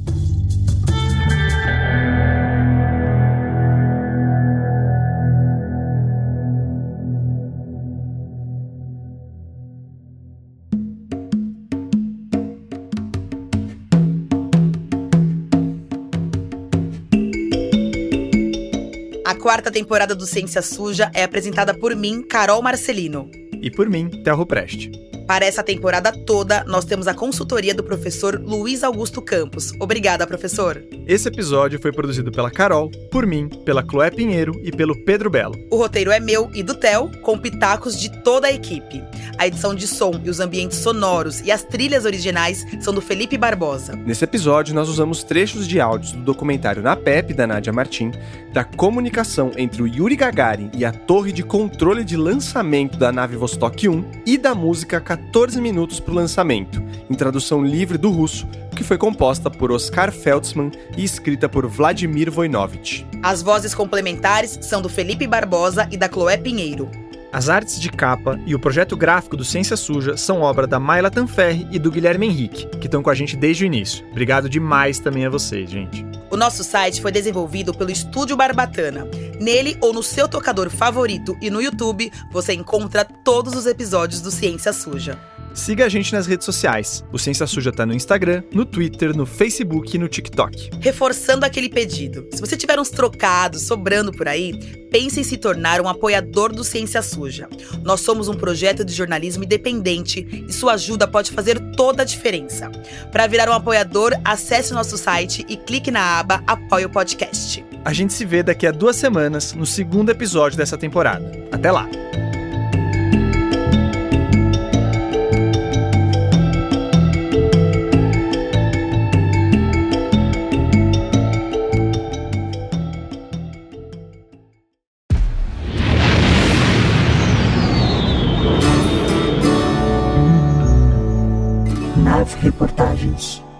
A 4ª temporada do Ciência Suja é apresentada por mim, Carol Marcelino. E por mim, Telro Preste. Para essa temporada toda, nós temos a consultoria do professor Luiz Augusto Campos. Obrigada, professor. Esse episódio foi produzido pela Carol, por mim, pela Chloé Pinheiro e pelo Pedro Belo. O roteiro é meu e do Theo, com pitacos de toda a equipe. A edição de som e os ambientes sonoros e as trilhas originais são do Felipe Barbosa. Nesse episódio, nós usamos trechos de áudios do documentário Na PEP, da Nádia Martim, da comunicação entre o Yuri Gagarin e a torre de controle de lançamento da nave Vostok 1 e da música 14 minutos para o lançamento, em tradução livre do russo, que foi composta por Oskar Feldsman e escrita por Vladimir Voinovich. As vozes complementares são do Felipe Barbosa e da Chloé Pinheiro. As artes de capa e o projeto gráfico do Ciência Suja são obra da Mayla Tanferri e do Guilherme Henrique, que estão com a gente desde o início. Obrigado demais também a vocês, gente. O nosso site foi desenvolvido pelo Estúdio Barbatana. Nele ou no seu tocador favorito e no YouTube, você encontra todos os episódios do Ciência Suja. Siga a gente nas redes sociais. O Ciência Suja tá no Instagram, no Twitter, no Facebook e no TikTok. Reforçando aquele pedido, se você tiver uns trocados sobrando por aí, pense em se tornar um apoiador do Ciência Suja. Nós somos um projeto de jornalismo independente e sua ajuda pode fazer toda a diferença. Para virar um apoiador, acesse o nosso site e clique na aba Apoie o Podcast. A gente se vê daqui a 2 semanas no segundo episódio dessa temporada. Até lá! Reportagens.